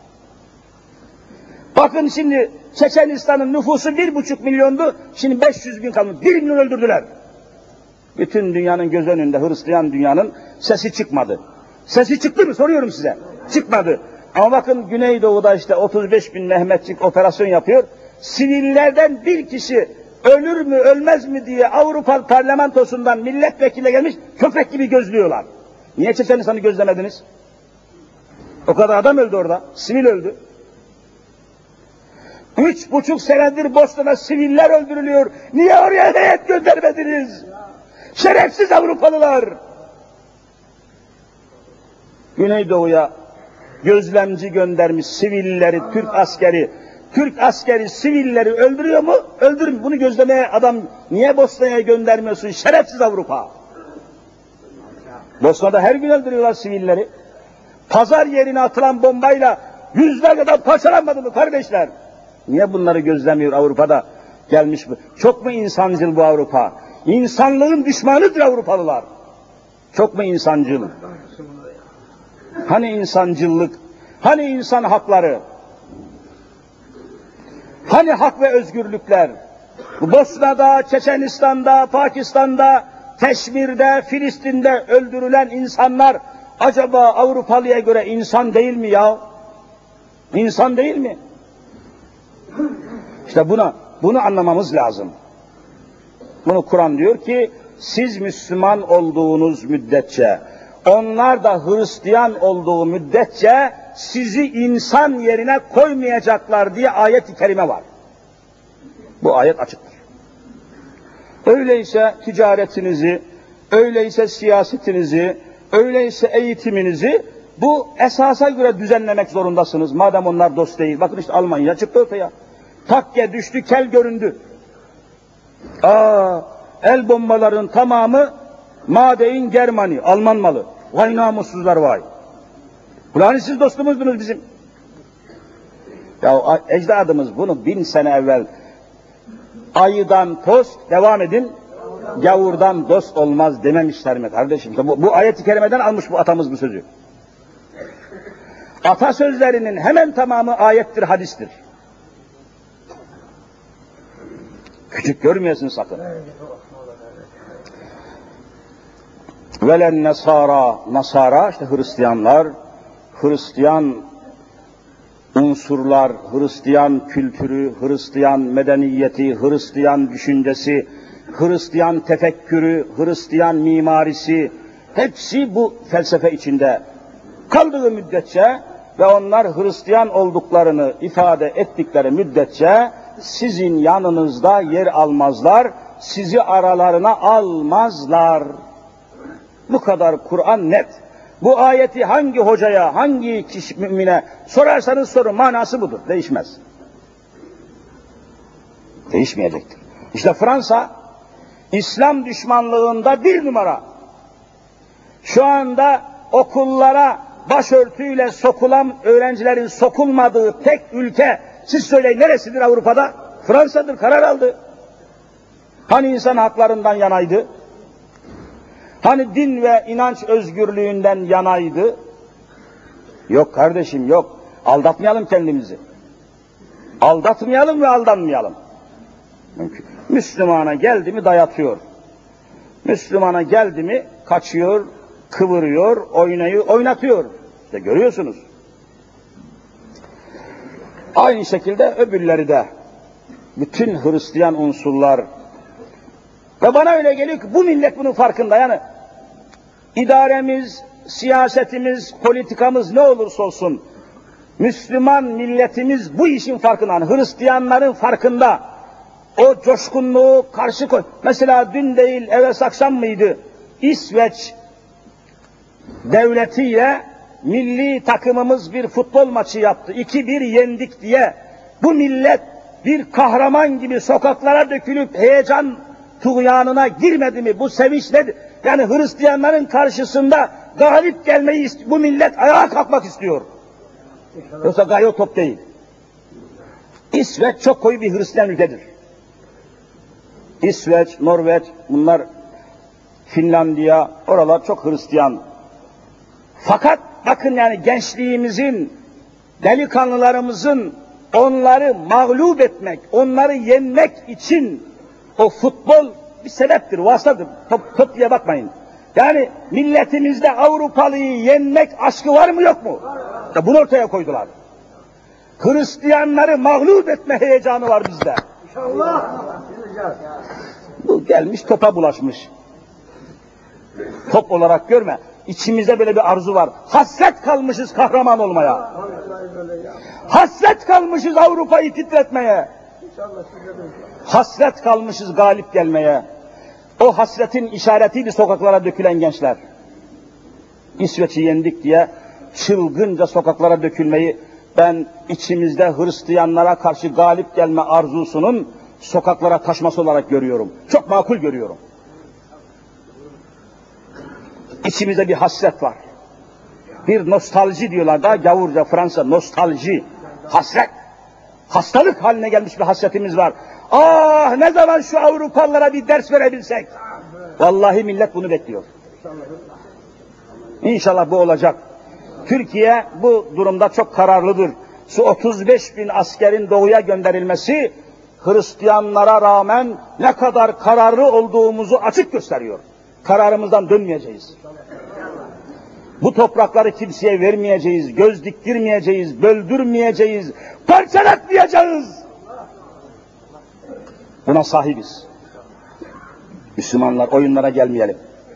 Bakın şimdi Çeçenistan'ın nüfusu bir buçuk milyondu, şimdi beş yüz bin kalmış. Bir milyon öldürdüler. Bütün dünyanın göz önünde, Hristiyan dünyanın sesi çıkmadı. Sesi çıktı mı soruyorum size. Çıkmadı. Ama bakın Güneydoğu'da işte otuz beş bin Mehmetçik operasyon yapıyor. Sivillerden bir kişi ölür mü ölmez mi diye Avrupa parlamentosundan milletvekili gelmiş, köpek gibi gözlüyorlar. Niye Çeçenistan'ı gözlemediniz? O kadar adam öldü orada, sivil öldü. Üç buçuk senedir Bosna'da siviller öldürülüyor. Niye oraya heyet göndermediniz? Şerefsiz Avrupalılar! Güneydoğu'ya gözlemci göndermiş sivilleri, Türk askeri. Türk askeri sivilleri öldürüyor mu? Öldürmüyor. Bunu gözlemeye adam niye Bosna'ya göndermiyorsun? Şerefsiz Avrupa! Bosna'da her gün öldürüyorlar sivilleri. Pazar yerine atılan bombayla yüzlerce adam parçalanmadı mı kardeşler? Niye bunları gözlemiyor Avrupa'da? Gelmiş mi? Çok mu insancıl bu Avrupa? İnsanlığın düşmanıdır Avrupalılar. Çok mu insancıl? Hani insancıllık? Hani insan hakları? Hani hak ve özgürlükler? Bosna'da, Çeçenistan'da, Pakistan'da, Keşmir'de, Filistin'de öldürülen insanlar acaba Avrupalıya göre insan değil mi ya? İnsan değil mi? İşte buna, bunu anlamamız lazım. Bunu Kur'an diyor ki, siz Müslüman olduğunuz müddetçe, onlar da Hristiyan olduğu müddetçe sizi insan yerine koymayacaklar diye ayet-i kerime var. Bu ayet açıktır. Öyleyse ticaretinizi, öyleyse siyasetinizi, öyleyse eğitiminizi bu esasa göre düzenlemek zorundasınız. Madem onlar dost değil. Bakın işte Almanya çıktı ortaya. Takke düştü, kel göründü. Aa, el bombaların tamamı Madein Germani, Alman malı. Vay namussuzlar vay. Ulan siz dostumuzdunuz bizim. Ya ecdadımız bunu bin sene evvel ayıdan tost, devam edin, gavurdan dost olmaz dememişler mi kardeşim? Bu, bu ayet-i kerimeden almış bu atamız bu sözü. Atasözlerinin hemen tamamı ayettir, hadistir. Küçük görmeyesin sakın. Velen Nasara, Nasara işte Hristiyanlar, Hristiyan unsurlar, Hristiyan kültürü, Hristiyan medeniyeti, Hristiyan düşüncesi, Hristiyan tefekkürü, Hristiyan mimarisi, hepsi bu felsefe içinde kaldığı müddetçe ve onlar Hristiyan olduklarını ifade ettikleri müddetçe sizin yanınızda yer almazlar, sizi aralarına almazlar. Bu kadar Kur'an net. Bu ayeti hangi hocaya, hangi kişi mümine sorarsanız sorun, manası budur, değişmez. Değişmeyecektir. İşte Fransa, İslam düşmanlığında bir numara. Şu anda okullara başörtüyle sokulan öğrencilerin sokulmadığı tek ülke, siz söyleyin neresidir Avrupa'da? Fransa'dır, karar aldı. Hani insan haklarından yanaydı? Hani din ve inanç özgürlüğünden yanaydı? Yok kardeşim yok. Aldatmayalım kendimizi. Aldatmayalım ve aldanmayalım. Mümkün. Müslümana geldi mi dayatıyor. Müslümana geldi mi kaçıyor, kıvırıyor, oynayıyor, oynatıyor. İşte görüyorsunuz. Aynı şekilde öbürleri de. Bütün Hristiyan unsurlar. Ve bana öyle geliyor ki bu millet bunun farkında. Yani idaremiz, siyasetimiz, politikamız ne olursa olsun Müslüman milletimiz bu işin farkında. Yani Hristiyanların farkında. O coşkunluğu karşı koy. Mesela dün değil, evvel akşam mıydı? İsveç devletiyle milli takımımız bir futbol maçı yaptı. iki bir yendik diye bu millet bir kahraman gibi sokaklara dökülüp heyecan tuğyanına girmedi mi? Bu sevinç nedir? Yani Hristiyanların karşısında galip gelmeyi bu millet ayağa kalkmak istiyor. Yoksa gaye o top değil. İsveç çok koyu bir Hristiyan ülkedir. İsveç, Norveç, bunlar Finlandiya, oralar çok Hristiyan. Fakat bakın yani gençliğimizin, delikanlılarımızın onları mağlup etmek, onları yenmek için o futbol bir sebeptir, vasıtadır. Top, top diye bakmayın. Yani milletimizde Avrupalıyı yenmek aşkı var mı yok mu? İşte bunu ortaya koydular. Hristiyanları mağlup etme heyecanı var bizde. İnşallah. Bu gelmiş topa bulaşmış. Top olarak görme. İçimizde böyle bir arzu var. Hasret kalmışız kahraman olmaya. Hasret kalmışız Avrupa'yı titretmeye. Hasret kalmışız galip gelmeye. O hasretin işaretiydi sokaklara dökülen gençler. İsveç'i yendik diye çılgınca sokaklara dökülmeyi ben içimizde Hristiyanlara karşı galip gelme arzusunun sokaklara taşması olarak görüyorum. Çok makul görüyorum. İçimizde bir hasret var. Bir nostalji diyorlar da gavurca Fransa nostalji, hasret. Hastalık haline gelmiş bir hasretimiz var. Ah ne zaman şu Avrupalılara bir ders verebilsek. Vallahi millet bunu bekliyor. İnşallah bu olacak. Türkiye bu durumda çok kararlıdır. Şu otuz beş bin askerin doğuya gönderilmesi Hristiyanlara rağmen ne kadar kararlı olduğumuzu açık gösteriyor. Kararımızdan dönmeyeceğiz. Bu toprakları kimseye vermeyeceğiz, göz diktirmeyeceğiz, böldürmeyeceğiz, parçalatmayacağız. Buna sahibiz. Müslümanlar oyunlara gelmeyelim.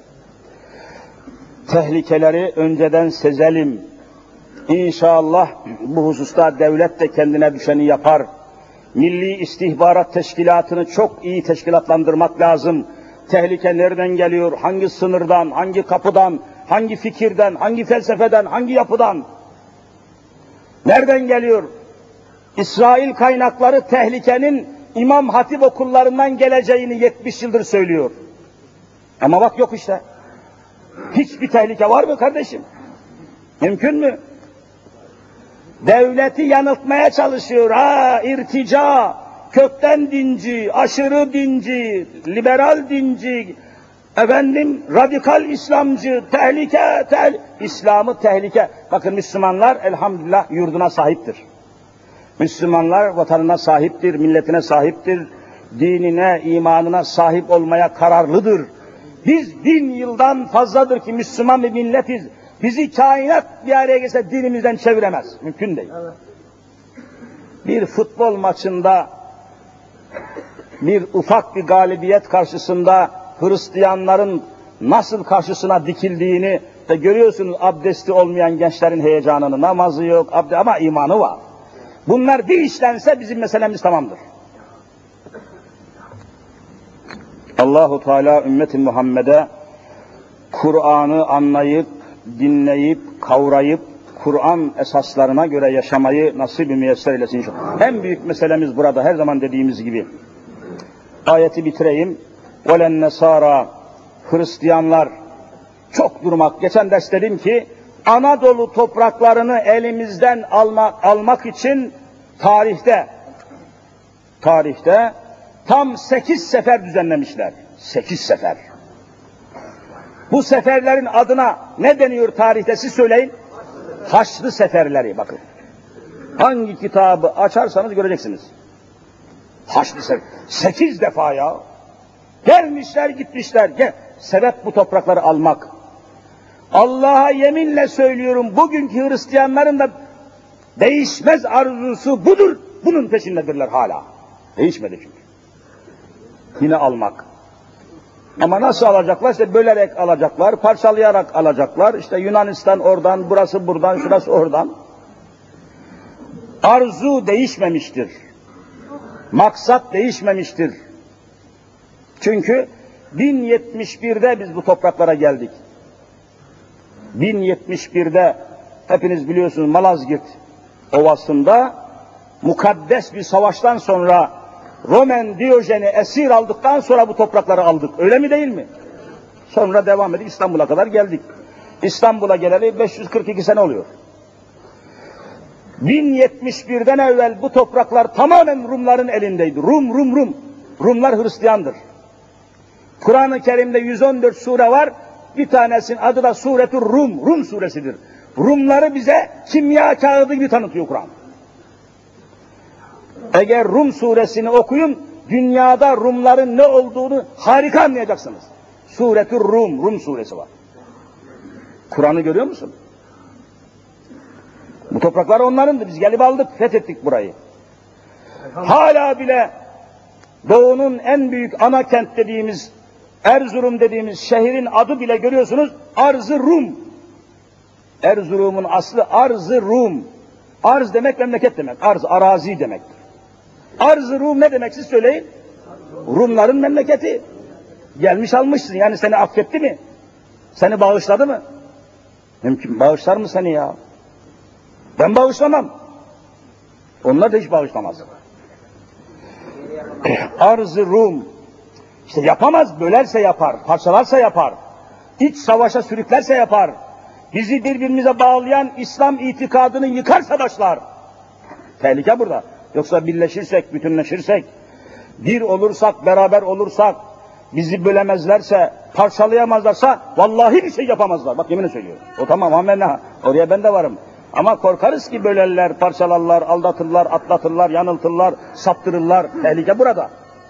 Tehlikeleri önceden sezelim. İnşallah bu hususta devlet de kendine düşeni yapar. Milli İstihbarat Teşkilatı'nı çok iyi teşkilatlandırmak lazım. Tehlike nereden geliyor, hangi sınırdan, hangi kapıdan, hangi fikirden, hangi felsefeden, hangi yapıdan? Nereden geliyor? İsrail kaynakları tehlikenin İmam Hatip okullarından geleceğini yetmiş yıldır söylüyor. Ama bak yok işte. Hiçbir tehlike var mı kardeşim? Mümkün mü? Devleti yanıltmaya çalışıyor. Ha, irtica, kökten dinci, aşırı dinci, liberal dinci, efendim radikal İslamcı, tehlike, tehlike, İslam'ı tehlike. Bakın Müslümanlar elhamdülillah yurduna sahiptir. Müslümanlar vatanına sahiptir, milletine sahiptir, dinine, imanına sahip olmaya kararlıdır. Biz bin yıldan fazladır ki Müslüman bir milletiz. Bizi kainat bir araya gelse dinimizden çeviremez. Mümkün değil. Evet. Bir futbol maçında bir ufak bir galibiyet karşısında Hristiyanların nasıl karşısına dikildiğini de görüyorsunuz, abdesti olmayan gençlerin heyecanını, namazı yok, abdest, ama imanı var. Bunlar bir işlense bizim meselemiz tamamdır. Allahu Teala ümmeti Muhammed'e Kur'an'ı anlayıp, dinleyip, kavrayıp, Kur'an esaslarına göre yaşamayı nasip-i müyesser eylesin inşallah. En büyük meselemiz burada, her zaman dediğimiz gibi. Ayeti bitireyim. وَلَنْ نَسَارَى Hristiyanlar, çok durmak. Geçen ders dedim ki, Anadolu topraklarını elimizden almak, almak için tarihte, tarihte tam sekiz sefer düzenlemişler. Sekiz sefer. Bu seferlerin adına ne deniyor tarihte siz söyleyin? Haçlı seferleri, bakın. Hangi kitabı açarsanız göreceksiniz. Haçlı sefer. Sekiz defa ya. Gelmişler gitmişler. Gel. Sebep bu toprakları almak. Allah'a yeminle söylüyorum, bugünkü Hristiyanların da değişmez arzusu budur. Bunun peşindedirler hala. Değişmedi çünkü. Yine almak. Ama nasıl alacaklar? İşte bölerek alacaklar, parçalayarak alacaklar. İşte Yunanistan oradan, burası buradan, şurası oradan. Arzu değişmemiştir. Maksat değişmemiştir. Çünkü bin yetmiş birde biz bu topraklara geldik. bin yetmiş birde hepiniz biliyorsunuz Malazgirt Ovası'nda mukaddes bir savaştan sonra Roman Diyojen'i esir aldıktan sonra bu toprakları aldık. Öyle mi değil mi? Sonra devam edip İstanbul'a kadar geldik. İstanbul'a geleli beş yüz kırk iki sene oluyor. bin yetmiş birden evvel bu topraklar tamamen Rumların elindeydi. Rum, Rum, Rum. Rumlar Hristiyandır. Kur'an-ı Kerim'de yüz on dört sure var. Bir tanesinin adı da Suretür Rum, Rum suresidir. Rumları bize kimya kağıdı gibi tanıtıyor Kur'an. Eğer Rum suresini okuyun, dünyada Rumların ne olduğunu harika anlayacaksınız. Suretür Rum, Rum suresi var. Kur'an'ı görüyor musun? Bu topraklar onlarındı, biz gelip aldık, fethettik burayı. Hala bile Doğu'nun en büyük ana kent dediğimiz, Erzurum dediğimiz şehrin adı bile görüyorsunuz, Arz-ı Rum. Erzurum'un aslı Arz-ı Rum. Arz demek memleket demek, arz, arazi demektir. Arz-ı Rum ne demek siz söyleyin? Rumların memleketi. Gelmiş almışsın, yani seni affetti mi? Seni bağışladı mı? Mümkün, bağışlar mı seni ya? Ben bağışlamam. Onlar da hiç bağışlamaz. Arz-ı Rum. İşte yapamaz, bölerse yapar, parçalarsa yapar. İç savaşa sürüklerse yapar. Bizi birbirimize bağlayan İslam itikadını yıkarsa başlar. Tehlike burada. Yoksa birleşirsek, bütünleşirsek, bir olursak, beraber olursak, bizi bölemezlerse, parçalayamazlarsa vallahi bir şey yapamazlar. Bak yemin söylüyorum. O tamam, amenna. Oraya ben de varım. Ama korkarız ki bölerler, parçalarlar, aldatırlar, atlatırlar, yanıltırlar, saptırırlar. Tehlike burada.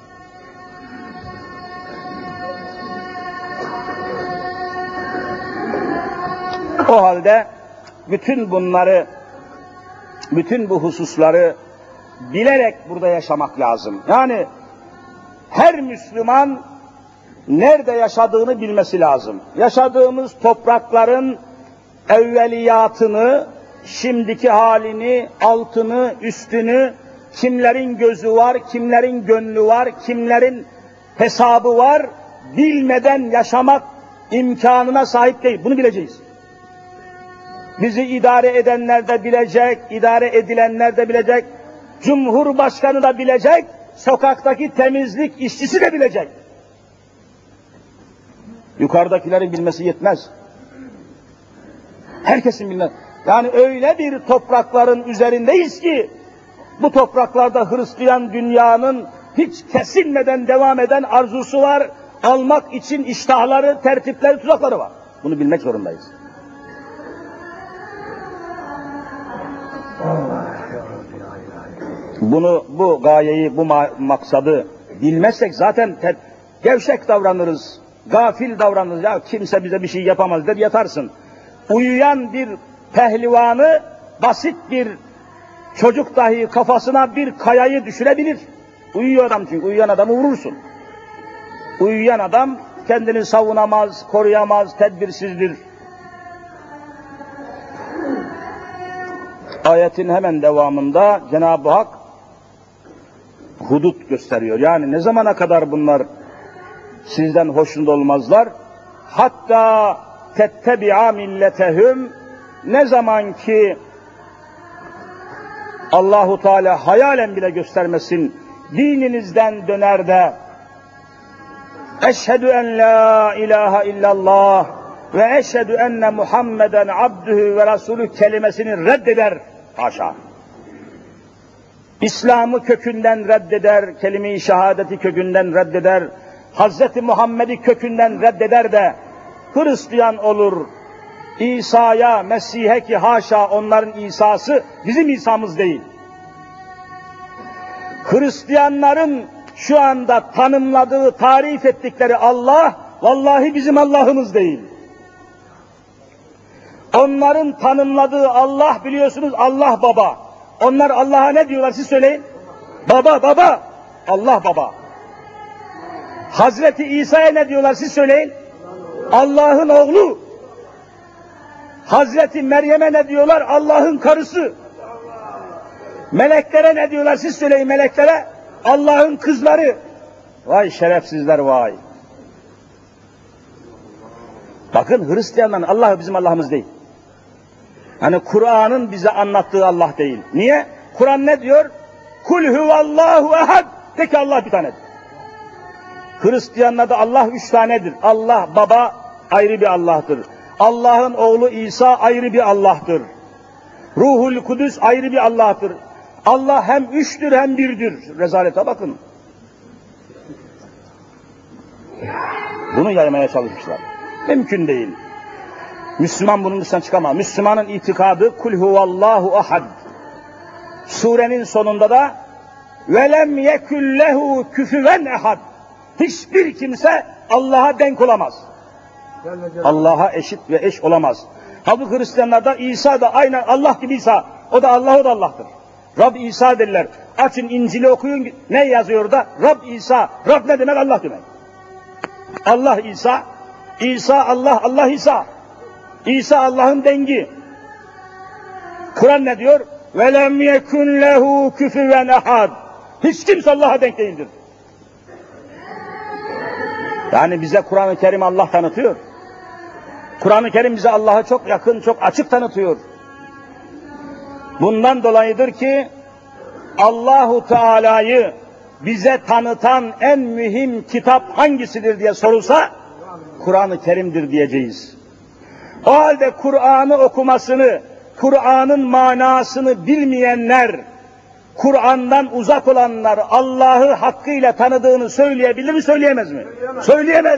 O halde bütün bunları, bütün bu hususları bilerek burada yaşamak lazım. Yani her Müslüman nerede yaşadığını bilmesi lazım. Yaşadığımız toprakların evveliyatını, şimdiki halini, altını, üstünü, kimlerin gözü var, kimlerin gönlü var, kimlerin hesabı var, bilmeden yaşamak imkanına sahip değil. Bunu bileceğiz. Bizi idare edenler de bilecek, idare edilenler de bilecek, Cumhurbaşkanı da bilecek, sokaktaki temizlik işçisi de bilecek. Yukarıdakilerin bilmesi yetmez. Herkesin bilmesi. Yani öyle bir toprakların üzerindeyiz ki, bu topraklarda Hristiyan dünyanın hiç kesilmeden devam eden arzusu var, almak için iştahları, tertipleri, tuzakları var. Bunu bilmek zorundayız. Bunu, bu gayeyi, bu ma maksadı bilmezsek zaten gevşek davranırız, gafil davranırız. Ya kimse bize bir şey yapamaz der, yatarsın. Uyuyan bir pehlivanı, basit bir çocuk dahi kafasına bir kayayı düşürebilir. Uyuyor adam çünkü, uyuyan adamı vurursun. Uyuyan adam kendini savunamaz, koruyamaz, tedbirsizdir. Ayetin hemen devamında Cenab-ı Hak hudut gösteriyor. Yani ne zamana kadar bunlar sizden hoşnut olmazlar? Hatta tettebi'a milletehum, ne zaman ki Allahu Teala hayalen bile göstermesin, dininizden döner de eşhedü en la ilahe illallah ve eşhedü enne Muhammeden abdühü ve rasulü kelimesini reddeder. Haşa. İslam'ı kökünden reddeder, kelime-i şehadeti kökünden reddeder, Hazreti Muhammed'i kökünden reddeder de Hristiyan olur, İsa'ya, Mesih'e, ki haşa onların İsa'sı bizim İsa'mız değil. Hristiyanların şu anda tanımladığı, tarif ettikleri Allah, vallahi bizim Allah'ımız değil. Onların tanımladığı Allah biliyorsunuz Allah Baba. Onlar Allah'a ne diyorlar siz söyleyin? Baba, baba. Allah Baba. Hazreti İsa'ya ne diyorlar siz söyleyin? Allah'ın oğlu. Hazreti Meryem'e ne diyorlar? Allah'ın karısı. Meleklere ne diyorlar siz söyleyin meleklere? Allah'ın kızları. Vay şerefsizler vay. Bakın Hristiyanların Allah bizim Allah'ımız değil. Yani Kur'an'ın bize anlattığı Allah değil. Niye? Kur'an ne diyor? Kul huvallahu ehad. De ki Allah bir tanedir. Hristiyanlarda Allah üç tanedir. Allah Baba ayrı bir Allah'tır. Allah'ın oğlu İsa ayrı bir Allah'tır. Ruhul Kudüs ayrı bir Allah'tır. Allah hem üçtür hem birdir. Rezalete bakın. Bunu yaymaya çalışmışlar. Mümkün değil. Müslüman bunun dışına çıkamaz. Müslümanın itikadı kul huvallahu ahad. Surenin sonunda da velem yekullehu küfüven ehad. Hiçbir kimse Allah'a denk olamaz. Allah'a eşit ve eş olamaz. Halbuki Hristiyanlarda İsa da aynen Allah gibi İsa. O da Allah, o da Allah'tır. Rab İsa derler. Açın İncil'i okuyun. Ne yazıyor da? Rab İsa. Rab ne demek? Allah demek. Allah İsa. İsa Allah, Allah İsa. İsa Allah'ın dengi. Kur'an ne diyor? وَلَمْ يَكُنْ لَهُ كُفُوًا اَحَدٍ. Hiç kimse Allah'a denk değildir. Yani bize Kur'an-ı Kerim Allah tanıtıyor. Kur'an-ı Kerim bize Allah'ı çok yakın, çok açık tanıtıyor. Bundan dolayıdır ki Allahu Teala'yı bize tanıtan en mühim kitap hangisidir diye sorulsa Kur'an-ı Kerim'dir diyeceğiz. O halde Kur'an'ı okumasını, Kur'an'ın manasını bilmeyenler, Kur'an'dan uzak olanlar Allah'ı hakkıyla tanıdığını söyleyebilir mi, söyleyemez mi? Söyleyemez. Söyleyemez.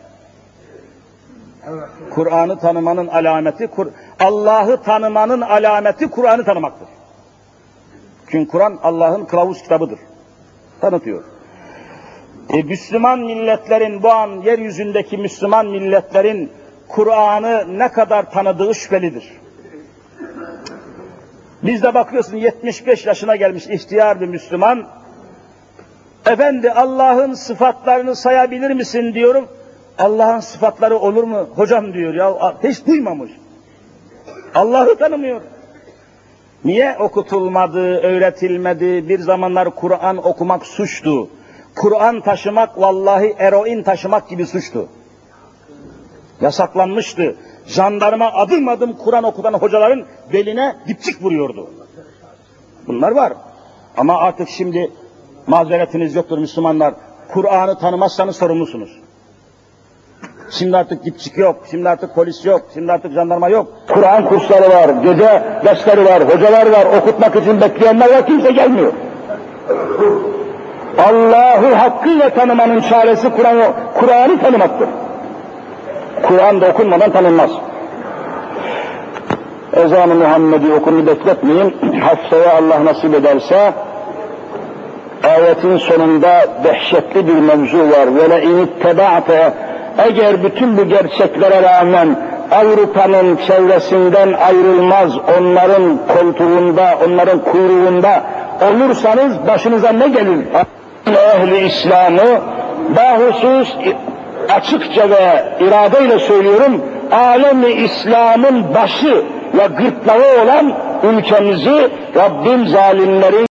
Kur'an'ı tanımanın alameti, Kur Allah'ı tanımanın alameti Kur'an'ı tanımaktır. Çünkü Kur'an Allah'ın kılavuz kitabıdır. Tanıtıyor. E, Müslüman milletlerin, bu an yeryüzündeki Müslüman milletlerin Kur'an'ı ne kadar tanıdığı şüphelidir. Biz de bakıyorsun yetmiş beş yaşına gelmiş ihtiyar bir Müslüman, efendi Allah'ın sıfatlarını sayabilir misin diyorum, Allah'ın sıfatları olur mu hocam diyor ya, hiç duymamış. Allah'ı tanımıyor. Niye? Okutulmadı, öğretilmedi, bir zamanlar Kur'an okumak suçtu. Kur'an taşımak vallahi eroin taşımak gibi suçtu. Yasaklanmıştı. Jandarma adım adım Kur'an okutan hocaların beline dipçik vuruyordu. Bunlar var. Ama artık şimdi mazeretiniz yoktur Müslümanlar. Kur'an'ı tanımazsanız sorumlusunuz. Şimdi artık dipçik yok, şimdi artık polis yok, şimdi artık jandarma yok. Kur'an kursları var, gece dersleri var, hocalar var, okutmak için bekleyenler var, kimse gelmiyor. Allah'ı hakkıyla tanımanın çaresi Kur'an'ı Kur'an'ı tanımaktır. Kur'an da okunmadan tanınmaz. Ezan-ı Muhammed'i okumunu bekletmeyin. Haftaya Allah nasip ederse ayetin sonunda dehşetli bir mevzu var. وَلَا اِنِ اتَّبَعْتَ Eğer bütün bu gerçeklere rağmen Avrupa'nın çevresinden ayrılmaz, onların koltuğunda, onların kuyruğunda olursanız başınıza ne gelir? Ehli İslam'ı bahusus açıkça ve iradeyle söylüyorum, alem-i İslam'ın başı ve gırtlağı olan ülkemizi Rabbim zalimlerin